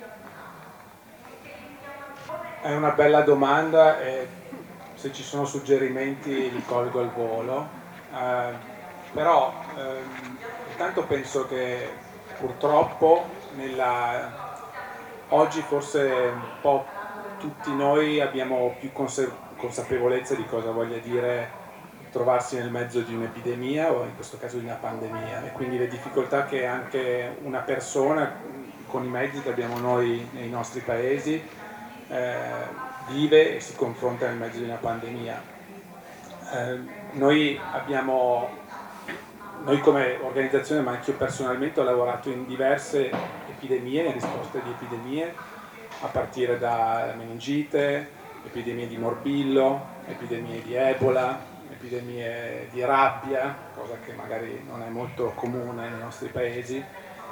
È una bella domanda e se ci sono suggerimenti li colgo al volo, eh, però ehm, intanto penso che purtroppo nella... oggi forse un po' tutti noi abbiamo più conse- consapevolezza di cosa voglia dire trovarsi nel mezzo di un'epidemia o in questo caso di una pandemia, e quindi le difficoltà che anche una persona con i mezzi che abbiamo noi nei nostri paesi eh, vive e si confronta nel mezzo di una pandemia. Eh, noi abbiamo, noi come organizzazione, ma anche io personalmente, ho lavorato in diverse epidemie, in risposte di epidemie, a partire da meningite, epidemie di morbillo, epidemie di Ebola, epidemie di rabbia, cosa che magari non è molto comune nei nostri paesi,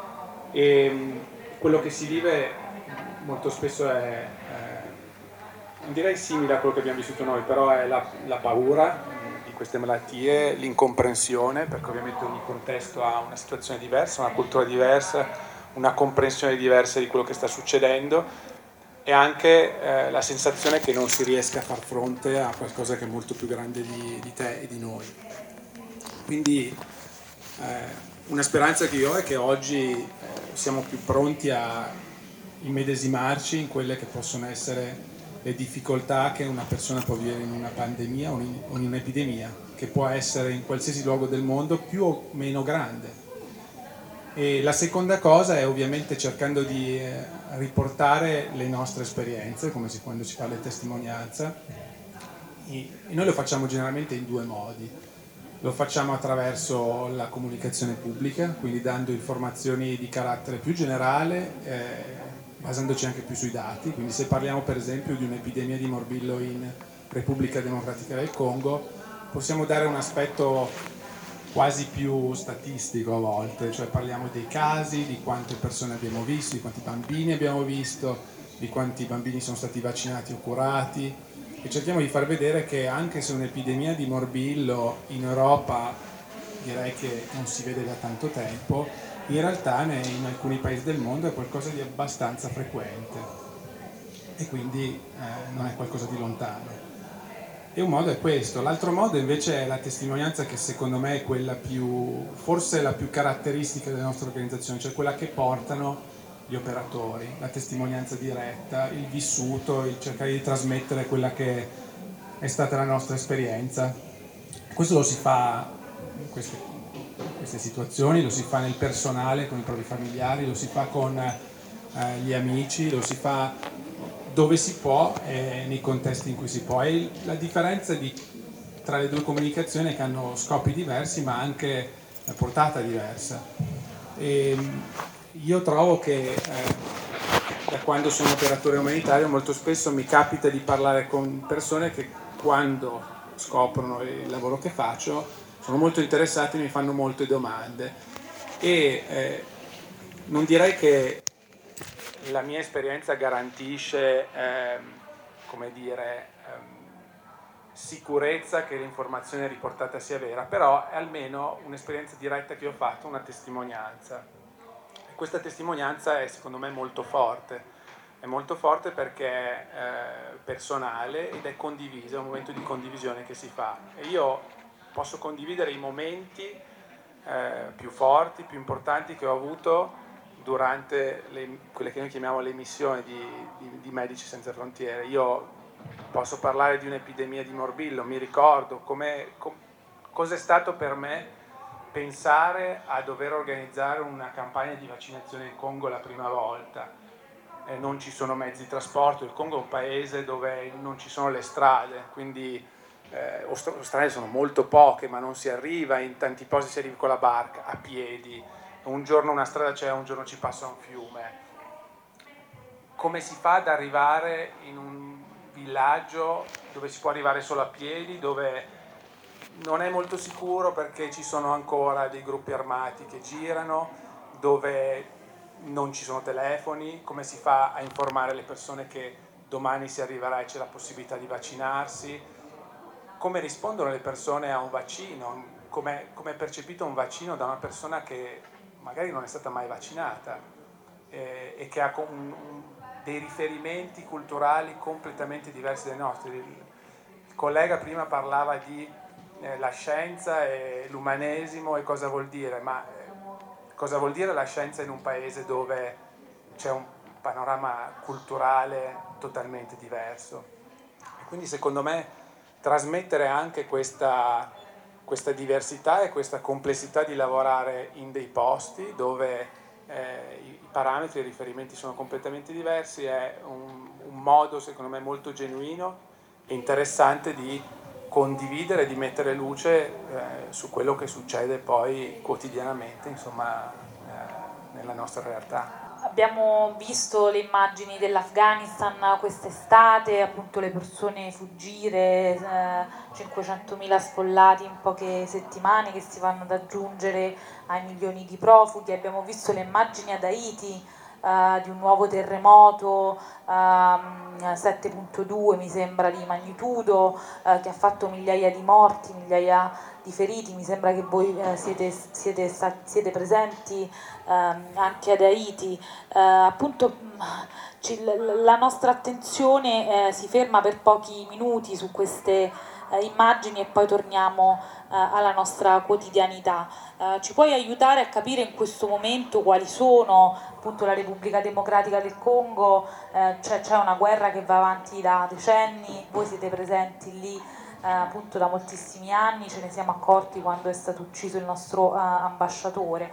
e quello che si vive molto spesso è, eh, non direi simile a quello che abbiamo vissuto noi, però è la, la paura di queste malattie, l'incomprensione, perché ovviamente ogni contesto ha una situazione diversa, una cultura diversa, una comprensione diversa di quello che sta succedendo, e anche eh, la sensazione che non si riesca a far fronte a qualcosa che è molto più grande di, di te e di noi. Quindi eh, una speranza che io ho è che oggi eh, siamo più pronti a immedesimarci in quelle che possono essere le difficoltà che una persona può vivere in una pandemia o in, o in un'epidemia, che può essere in qualsiasi luogo del mondo più o meno grande. E la seconda cosa è ovviamente cercando di eh, riportare le nostre esperienze, come si, quando si fa le testimonianze, e, e noi lo facciamo generalmente in due modi. Lo facciamo attraverso la comunicazione pubblica, quindi dando informazioni di carattere più generale, eh, basandoci anche più sui dati. Quindi se parliamo per esempio di un'epidemia di morbillo in Repubblica Democratica del Congo, possiamo dare un aspetto quasi più statistico a volte, cioè parliamo dei casi, di quante persone abbiamo visto, di quanti bambini abbiamo visto, di quanti bambini sono stati vaccinati o curati, e cerchiamo di far vedere che anche se un'epidemia di morbillo in Europa direi che non si vede da tanto tempo, in realtà in alcuni paesi del mondo è qualcosa di abbastanza frequente e quindi eh, non è qualcosa di lontano. E un modo è questo, l'altro modo invece è la testimonianza, che secondo me è quella più, forse la più caratteristica della nostra organizzazione, cioè quella che portano gli operatori, la testimonianza diretta, il vissuto, il cercare di trasmettere quella che è stata la nostra esperienza. Questo lo si fa in queste, in queste situazioni, lo si fa nel personale con i propri familiari, lo si fa con eh, gli amici, lo si fa dove si può e nei contesti in cui si può. E la differenza di, tra le due comunicazioni è che hanno scopi diversi ma anche una portata diversa. E io trovo che eh, da quando sono operatore umanitario molto spesso mi capita di parlare con persone che quando scoprono il lavoro che faccio sono molto interessati e mi fanno molte domande. E eh, non direi che la mia esperienza garantisce, ehm, come dire, ehm, sicurezza che l'informazione riportata sia vera, però è almeno un'esperienza diretta che ho fatto, una testimonianza. E questa testimonianza è secondo me molto forte, è molto forte perché è eh, personale ed è condivisa, è un momento di condivisione che si fa. E io posso condividere i momenti eh, più forti, più importanti che ho avuto durante le, quelle che noi chiamiamo le missioni di, di, di Medici Senza Frontiere. Io posso parlare di un'epidemia di morbillo, mi ricordo come, com, cos'è stato per me pensare a dover organizzare una campagna di vaccinazione in Congo la prima volta. Eh, non ci sono mezzi di trasporto, il Congo è un paese dove non ci sono le strade, quindi eh, le strade sono molto poche, ma non si arriva, in tanti posti si arriva con la barca, a piedi. Un giorno una strada c'è, un giorno ci passa un fiume. Come si fa ad arrivare in un villaggio dove si può arrivare solo a piedi, dove non è molto sicuro perché ci sono ancora dei gruppi armati che girano, dove non ci sono telefoni? Come si fa a informare le persone che domani si arriverà e c'è la possibilità di vaccinarsi? Come rispondono le persone a un vaccino? Come è percepito un vaccino da una persona che magari non è stata mai vaccinata eh, e che ha un, un, dei riferimenti culturali completamente diversi dai nostri. Il collega prima parlava di eh, la scienza e l'umanesimo e cosa vuol dire, ma eh, cosa vuol dire la scienza in un paese dove c'è un panorama culturale totalmente diverso? E quindi secondo me trasmettere anche questa questa diversità e questa complessità di lavorare in dei posti dove eh, i parametri e i riferimenti sono completamente diversi è un, un modo secondo me molto genuino e interessante di condividere, di mettere luce eh, su quello che succede poi quotidianamente, insomma, eh, nella nostra realtà. Abbiamo visto le immagini dell'Afghanistan quest'estate, appunto le persone fuggire, eh, cinquecentomila sfollati in poche settimane che si vanno ad aggiungere ai milioni di profughi. Abbiamo visto le immagini ad Haiti eh, di un nuovo terremoto eh, sette virgola due mi sembra di magnitudo, eh, che ha fatto migliaia di morti, migliaia di feriti. Mi sembra che voi eh, siete, siete, siete presenti eh, anche ad Haiti. Eh, appunto ci, la nostra attenzione eh, si ferma per pochi minuti su queste eh, immagini e poi torniamo eh, alla nostra quotidianità. Eh, ci puoi aiutare a capire in questo momento quali sono, appunto, la Repubblica Democratica del Congo, eh, cioè c'è una guerra che va avanti da decenni, voi siete presenti lì Eh, appunto da moltissimi anni, ce ne siamo accorti quando è stato ucciso il nostro eh, ambasciatore.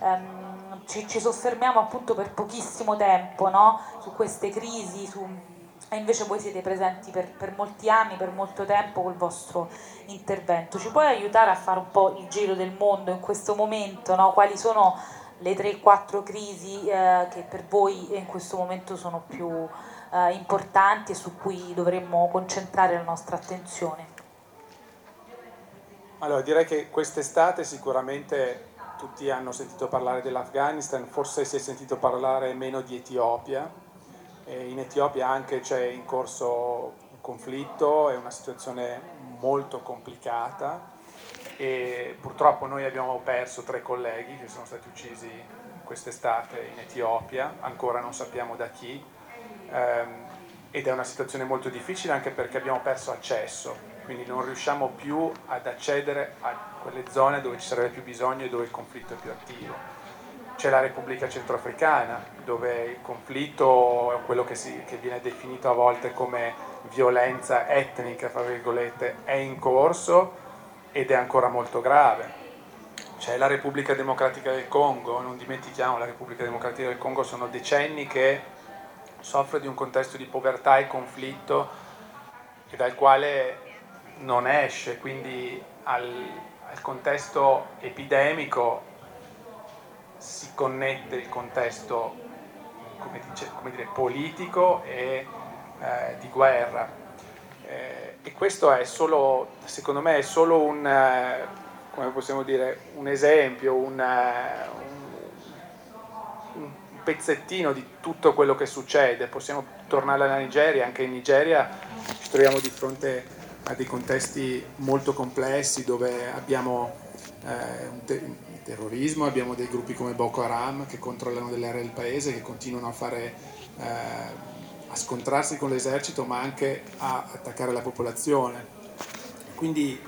Um, ci, ci soffermiamo appunto per pochissimo tempo, no? Su queste crisi, su... e invece voi siete presenti per, per molti anni, per molto tempo col vostro intervento. Ci puoi aiutare a fare un po' il giro del mondo in questo momento, no? Quali sono le tre quattro crisi eh, che per voi in questo momento sono più eh, importanti e su cui dovremmo concentrare la nostra attenzione? Allora, direi che quest'estate sicuramente tutti hanno sentito parlare dell'Afghanistan, forse si è sentito parlare meno di Etiopia. E in Etiopia anche c'è in corso un conflitto, è una situazione molto complicata e purtroppo noi abbiamo perso tre colleghi che sono stati uccisi quest'estate in Etiopia, ancora non sappiamo da chi, ehm, ed è una situazione molto difficile anche perché abbiamo perso accesso. quindi non riusciamo più ad accedere a quelle zone dove ci sarebbe più bisogno e dove il conflitto è più attivo. C'è la Repubblica Centroafricana, dove il conflitto è quello che, si, che viene definito a volte come violenza etnica, fra virgolette, è in corso ed è ancora molto grave. C'è la Repubblica Democratica del Congo, non dimentichiamo, la Repubblica Democratica del Congo sono decenni che soffre di un contesto di povertà e conflitto e dal quale non esce, quindi al, al contesto epidemico si connette il contesto, come, dice, come dire, politico e eh, di guerra. Eh, e questo è solo, secondo me, è solo un, eh, come possiamo dire, un esempio, un, un, un pezzettino di tutto quello che succede. Possiamo tornare alla Nigeria, anche in Nigeria ci troviamo di fronte a dei contesti molto complessi dove abbiamo eh, un, te- un terrorismo, abbiamo dei gruppi come Boko Haram che controllano delle aree del paese, che continuano a fare eh, a scontrarsi con l'esercito ma anche a attaccare la popolazione. Quindi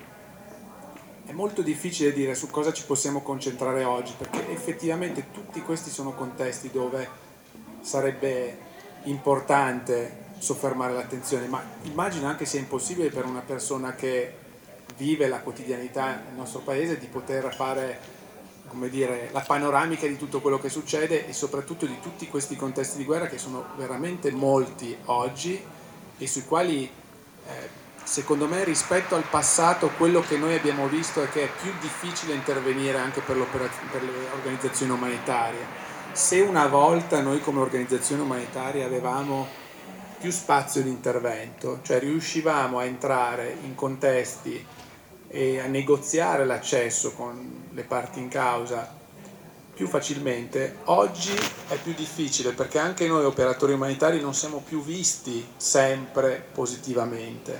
eh, è molto difficile dire su cosa ci possiamo concentrare oggi, perché effettivamente tutti questi sono contesti dove sarebbe importante soffermare l'attenzione, ma immagino anche sia impossibile per una persona che vive la quotidianità nel nostro paese di poter fare, come dire, la panoramica di tutto quello che succede e soprattutto di tutti questi contesti di guerra che sono veramente molti oggi e sui quali eh, secondo me rispetto al passato quello che noi abbiamo visto è che è più difficile intervenire anche per, per le organizzazioni umanitarie. Se una volta noi come organizzazione umanitaria avevamo più spazio di intervento, cioè riuscivamo a entrare in contesti e a negoziare l'accesso con le parti in causa più facilmente, oggi è più difficile perché anche noi operatori umanitari non siamo più visti sempre positivamente.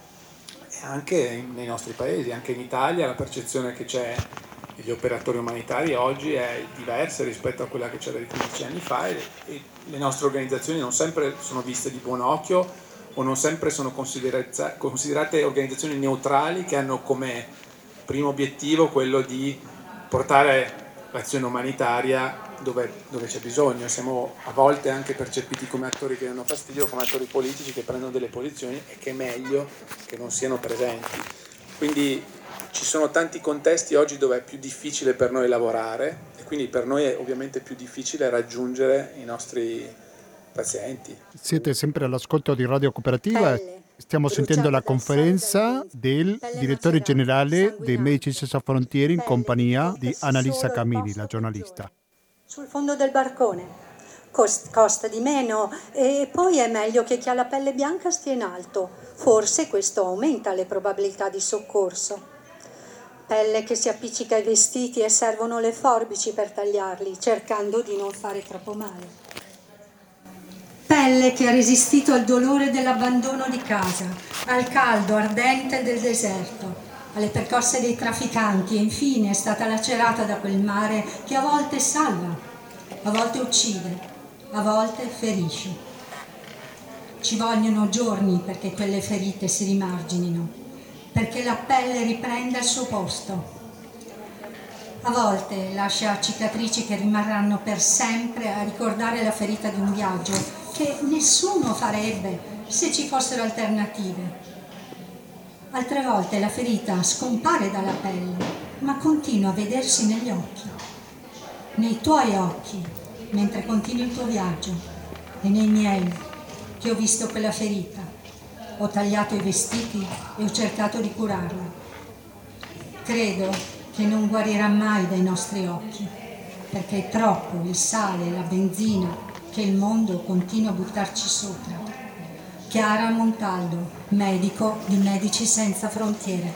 E anche nei nostri paesi, anche in Italia, la percezione che c'è degli operatori umanitari oggi è diversa rispetto a quella che c'era di quindici anni fa e, e le nostre organizzazioni non sempre sono viste di buon occhio o non sempre sono considerate, considerate organizzazioni neutrali che hanno come primo obiettivo quello di portare l'azione umanitaria dove, dove c'è bisogno. Siamo a volte anche percepiti come attori che danno fastidio, come attori politici che prendono delle posizioni e che è meglio che non siano presenti. Quindi ci sono tanti contesti oggi dove è più difficile per noi lavorare e quindi per noi è ovviamente più difficile raggiungere i nostri pazienti. Siete sempre all'ascolto di Radio Cooperativa. Stiamo sentendo la conferenza del direttore generale dei Medici Senza Frontiere in compagnia di Annalisa Camini, la giornalista. Sul fondo del barcone Cost- costa di meno e poi è meglio che chi ha la pelle bianca stia in alto. Forse questo aumenta le probabilità di soccorso. Pelle che si appiccica ai vestiti e servono le forbici per tagliarli, cercando di non fare troppo male. Pelle che ha resistito al dolore dell'abbandono di casa, al caldo ardente del deserto, alle percosse dei trafficanti e infine è stata lacerata da quel mare che a volte salva, a volte uccide, a volte ferisce. Ci vogliono giorni perché quelle ferite si rimarginino, perché la pelle riprenda il suo posto. A volte lascia cicatrici che rimarranno per sempre a ricordare la ferita di un viaggio che nessuno farebbe se ci fossero alternative. Altre volte la ferita scompare dalla pelle, ma continua a vedersi negli occhi, nei tuoi occhi, mentre continui il tuo viaggio, e nei miei, che ho visto quella ferita. Ho tagliato i vestiti e ho cercato di curarla. Credo che non guarirà mai dai nostri occhi, perché è troppo il sale e la benzina che il mondo continua a buttarci sopra. Chiara Montaldo, medico di Medici Senza Frontiere.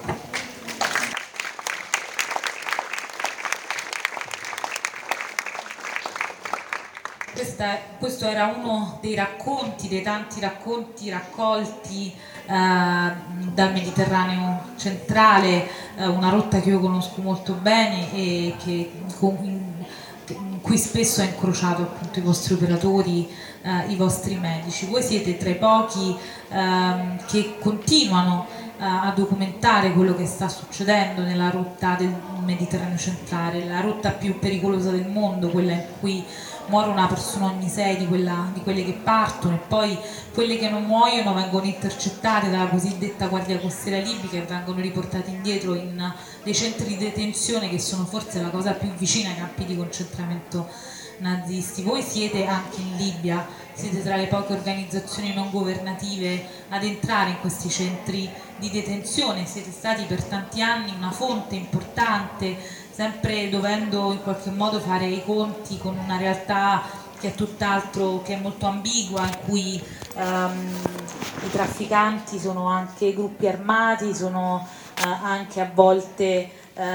Questa, questo era uno dei racconti, dei tanti racconti raccolti eh, dal Mediterraneo centrale, eh, una rotta che io conosco molto bene e che con, in, in cui spesso ha incrociato appunto i vostri operatori, eh, i vostri medici. Voi siete tra i pochi eh, che continuano a documentare quello che sta succedendo nella rotta del Mediterraneo centrale, la rotta più pericolosa del mondo, quella in cui muore una persona ogni sei di, quella, di quelle che partono, e poi quelle che non muoiono vengono intercettate dalla cosiddetta Guardia Costiera libica e vengono riportate indietro in dei centri di detenzione che sono forse la cosa più vicina ai campi di concentramento nazisti. Voi siete anche in Libia, siete tra le poche organizzazioni non governative ad entrare in questi centri di detenzione, siete stati per tanti anni una fonte importante, sempre dovendo in qualche modo fare i conti con una realtà che è tutt'altro, che è molto ambigua, in cui um, i trafficanti sono anche gruppi armati, sono uh, anche a volte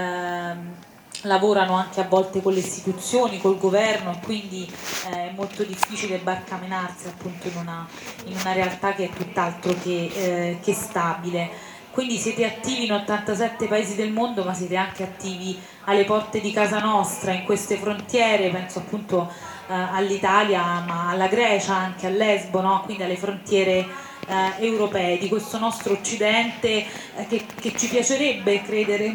uh, lavorano anche a volte con le istituzioni, col governo, e quindi eh, è molto difficile barcamenarsi appunto in una, in una realtà che è tutt'altro che, eh, che stabile. Quindi siete attivi in ottantasette paesi del mondo, ma siete anche attivi alle porte di casa nostra, in queste frontiere, penso appunto eh, all'Italia, ma alla Grecia, anche a Lesbo, no? Quindi alle frontiere eh, europee, di questo nostro occidente eh, che, che ci piacerebbe credere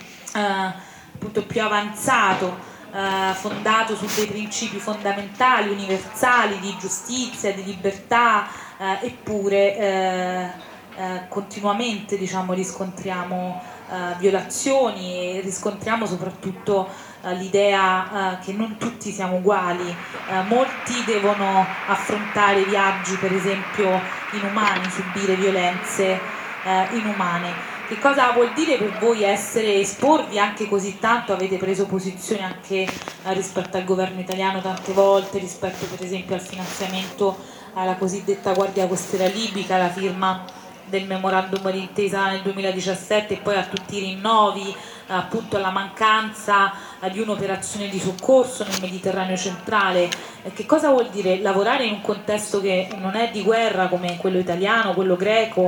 eh, appunto più avanzato, eh, fondato su dei principi fondamentali, universali, di giustizia, di libertà, eh, eppure eh, eh, continuamente, diciamo, riscontriamo eh, violazioni e riscontriamo soprattutto eh, l'idea eh, che non tutti siamo uguali, eh, molti devono affrontare viaggi per esempio inumani, subire violenze eh, inumane. Che cosa vuol dire per voi essere, esporvi anche così tanto? Avete preso posizione anche eh, rispetto al governo italiano tante volte, rispetto per esempio al finanziamento alla cosiddetta Guardia Costiera libica, la firma del memorandum d'intesa nel duemiladiciassette e poi a tutti i rinnovi, eh, appunto alla mancanza eh, di un'operazione di soccorso nel Mediterraneo centrale. Eh, che cosa vuol dire lavorare in un contesto che non è di guerra come quello italiano, quello greco,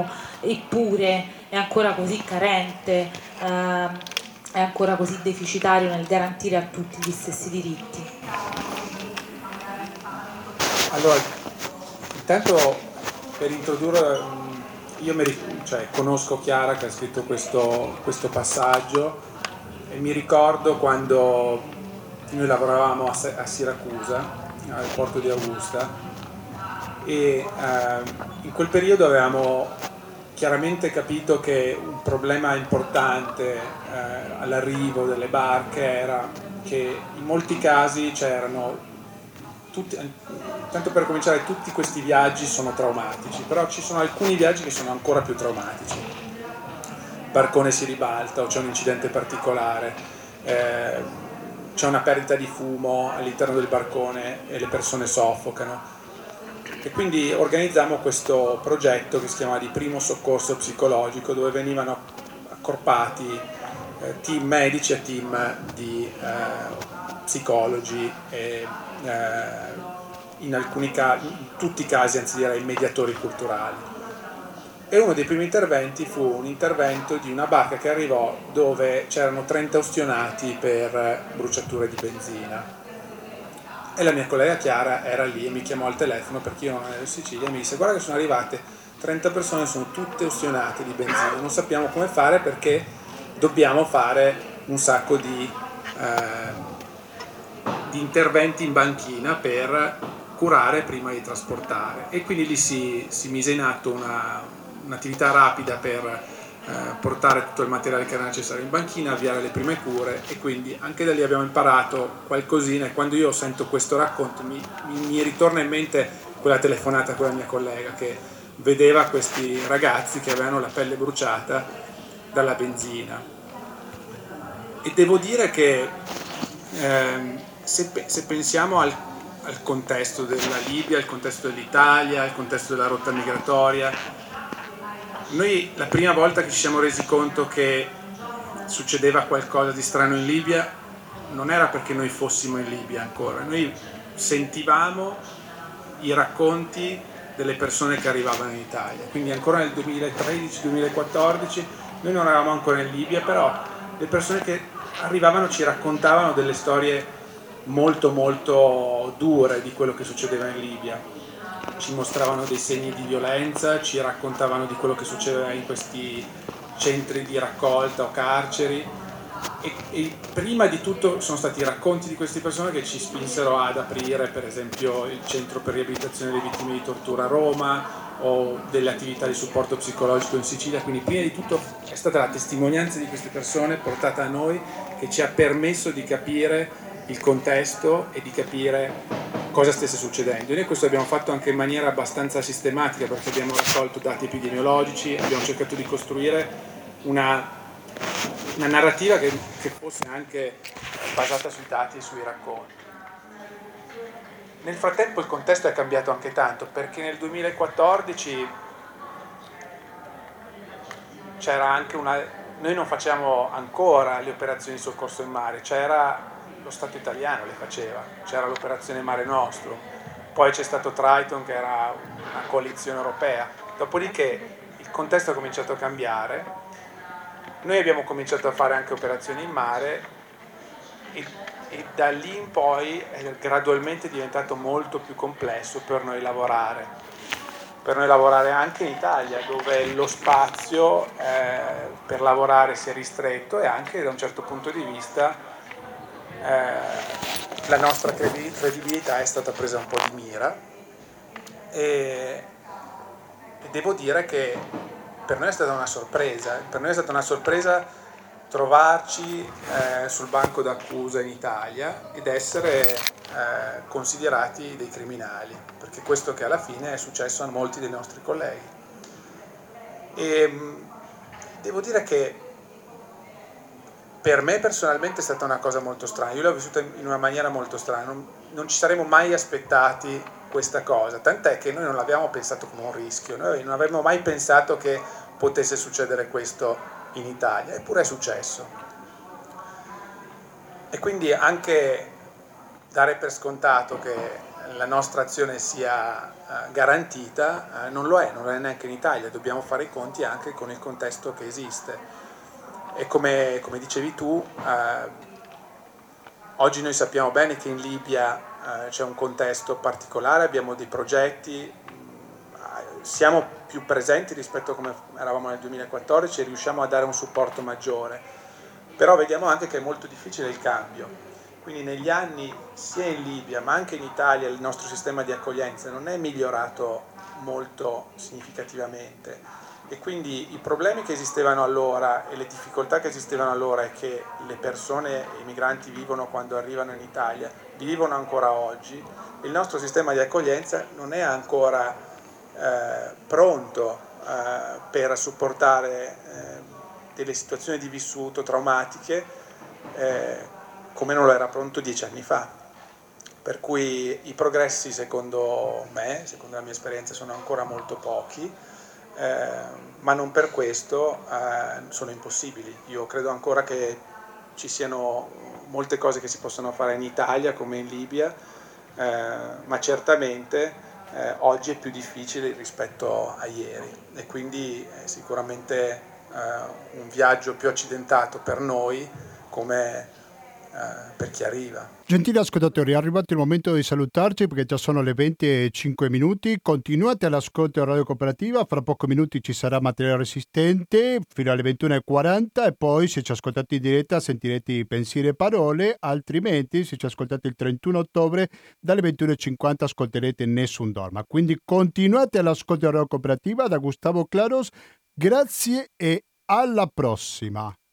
eppure è ancora così carente, eh, è ancora così deficitario nel garantire a tutti gli stessi diritti? Allora, intanto per introdurre, io mi, cioè, conosco Chiara che ha scritto questo, questo passaggio e mi ricordo quando noi lavoravamo a, a Siracusa, al porto di Augusta, e eh, in quel periodo avevamo chiaramente capito che un problema importante eh, all'arrivo delle barche era che in molti casi c'erano, tutti, tanto per cominciare, tutti questi viaggi sono traumatici, però ci sono alcuni viaggi che sono ancora più traumatici. Il barcone si ribalta o c'è un incidente particolare, eh, c'è una perdita di fumo all'interno del barcone e le persone soffocano. E quindi organizzammo questo progetto che si chiama di primo soccorso psicologico, dove venivano accorpati eh, team medici e team di eh, psicologi e eh, in alcuni casi, in tutti i casi, anzi direi, mediatori culturali. E uno dei primi interventi fu un intervento di una barca che arrivò dove c'erano trenta ustionati per bruciature di benzina. E la mia collega Chiara era lì e mi chiamò al telefono perché io non ero in Sicilia e mi disse: guarda che sono arrivate trenta persone, sono tutte ustionate di benzina, non sappiamo come fare perché dobbiamo fare un sacco di, eh, di interventi in banchina per curare prima di trasportare. E quindi lì si, si mise in atto una, un'attività rapida per Eh, portare tutto il materiale che era necessario in banchina, avviare le prime cure, e quindi anche da lì abbiamo imparato qualcosina. E quando io sento questo racconto mi, mi, mi ritorna in mente quella telefonata con la mia collega che vedeva questi ragazzi che avevano la pelle bruciata dalla benzina. E devo dire che ehm, se, se pensiamo al, al contesto della Libia, al contesto dell'Italia, al contesto della rotta migratoria, noi la prima volta che ci siamo resi conto che succedeva qualcosa di strano in Libia non era perché noi fossimo in Libia ancora, noi sentivamo i racconti delle persone che arrivavano in Italia, quindi ancora nel duemilatredici duemilaquattordici noi non eravamo ancora in Libia, però le persone che arrivavano ci raccontavano delle storie molto molto dure di quello che succedeva in Libia. Ci mostravano dei segni di violenza, ci raccontavano di quello che succedeva in questi centri di raccolta o carceri, e, e prima di tutto sono stati i racconti di queste persone che ci spinsero ad aprire per esempio il centro per riabilitazione delle vittime di tortura a Roma o delle attività di supporto psicologico in Sicilia. Quindi prima di tutto è stata la testimonianza di queste persone portata a noi che ci ha permesso di capire il contesto e di capire cosa stesse succedendo. E noi questo abbiamo fatto anche in maniera abbastanza sistematica, perché abbiamo raccolto dati epidemiologici, abbiamo cercato di costruire una, una narrativa che, che fosse anche basata sui dati e sui racconti. Nel frattempo il contesto è cambiato anche tanto, perché nel duemilaquattordici c'era anche una... Noi non facciamo ancora le operazioni di soccorso in mare, c'era lo Stato italiano le faceva, c'era l'operazione Mare Nostrum, poi c'è stato Triton che era una coalizione europea, dopodiché il contesto ha cominciato a cambiare, noi abbiamo cominciato a fare anche operazioni in mare e, e da lì in poi è gradualmente diventato molto più complesso per noi lavorare, per noi lavorare anche in Italia, dove lo spazio eh, per lavorare si è ristretto e anche da un certo punto di vista Eh, la nostra credibilità è stata presa un po' di mira e, e devo dire che per noi è stata una sorpresa, per noi è stata una sorpresa trovarci eh, sul banco d'accusa in Italia ed essere eh, considerati dei criminali, perché questo che alla fine è successo a molti dei nostri colleghi. E mh, devo dire che per me personalmente è stata una cosa molto strana, io l'ho vissuta in una maniera molto strana, non, non ci saremmo mai aspettati questa cosa, tant'è che noi non l'abbiamo pensato come un rischio, noi non avremmo mai pensato che potesse succedere questo in Italia, eppure è successo. E quindi anche dare per scontato che la nostra azione sia uh, garantita, uh, non lo è, non lo è neanche in Italia, dobbiamo fare i conti anche con il contesto che esiste. E come, come dicevi tu, eh, oggi noi sappiamo bene che in Libia eh, c'è un contesto particolare, abbiamo dei progetti, siamo più presenti rispetto a come eravamo nel duemilaquattordici e riusciamo a dare un supporto maggiore, però vediamo anche che è molto difficile il cambio, quindi negli anni sia in Libia ma anche in Italia il nostro sistema di accoglienza non è migliorato molto significativamente. E quindi i problemi che esistevano allora e le difficoltà che esistevano allora e che le persone, i migranti vivono quando arrivano in Italia, vivono ancora oggi. Il nostro sistema di accoglienza non è ancora eh, pronto eh, per supportare eh, delle situazioni di vissuto traumatiche eh, come non lo era pronto dieci anni fa. Per cui i progressi secondo me, secondo la mia esperienza, sono ancora molto pochi. Eh, ma non per questo eh, sono impossibili. Io credo ancora che ci siano molte cose che si possono fare in Italia come in Libia, eh, ma certamente eh, oggi è più difficile rispetto a ieri e quindi è sicuramente eh, un viaggio più accidentato per noi come eh, per chi arriva. Gentili ascoltatori, è arrivato il momento di salutarci perché già sono le venti e cinque minuti. Continuate all'ascolto Radio Cooperativa, fra pochi minuti ci sarà materiale resistente fino alle ventuno e quaranta e poi se ci ascoltate in diretta sentirete i pensieri e parole, altrimenti se ci ascoltate il trentuno ottobre dalle ventuno e cinquanta ascolterete Nessun Dorma. Quindi continuate all'ascolto Radio Cooperativa da Gustavo Claros, grazie e alla prossima.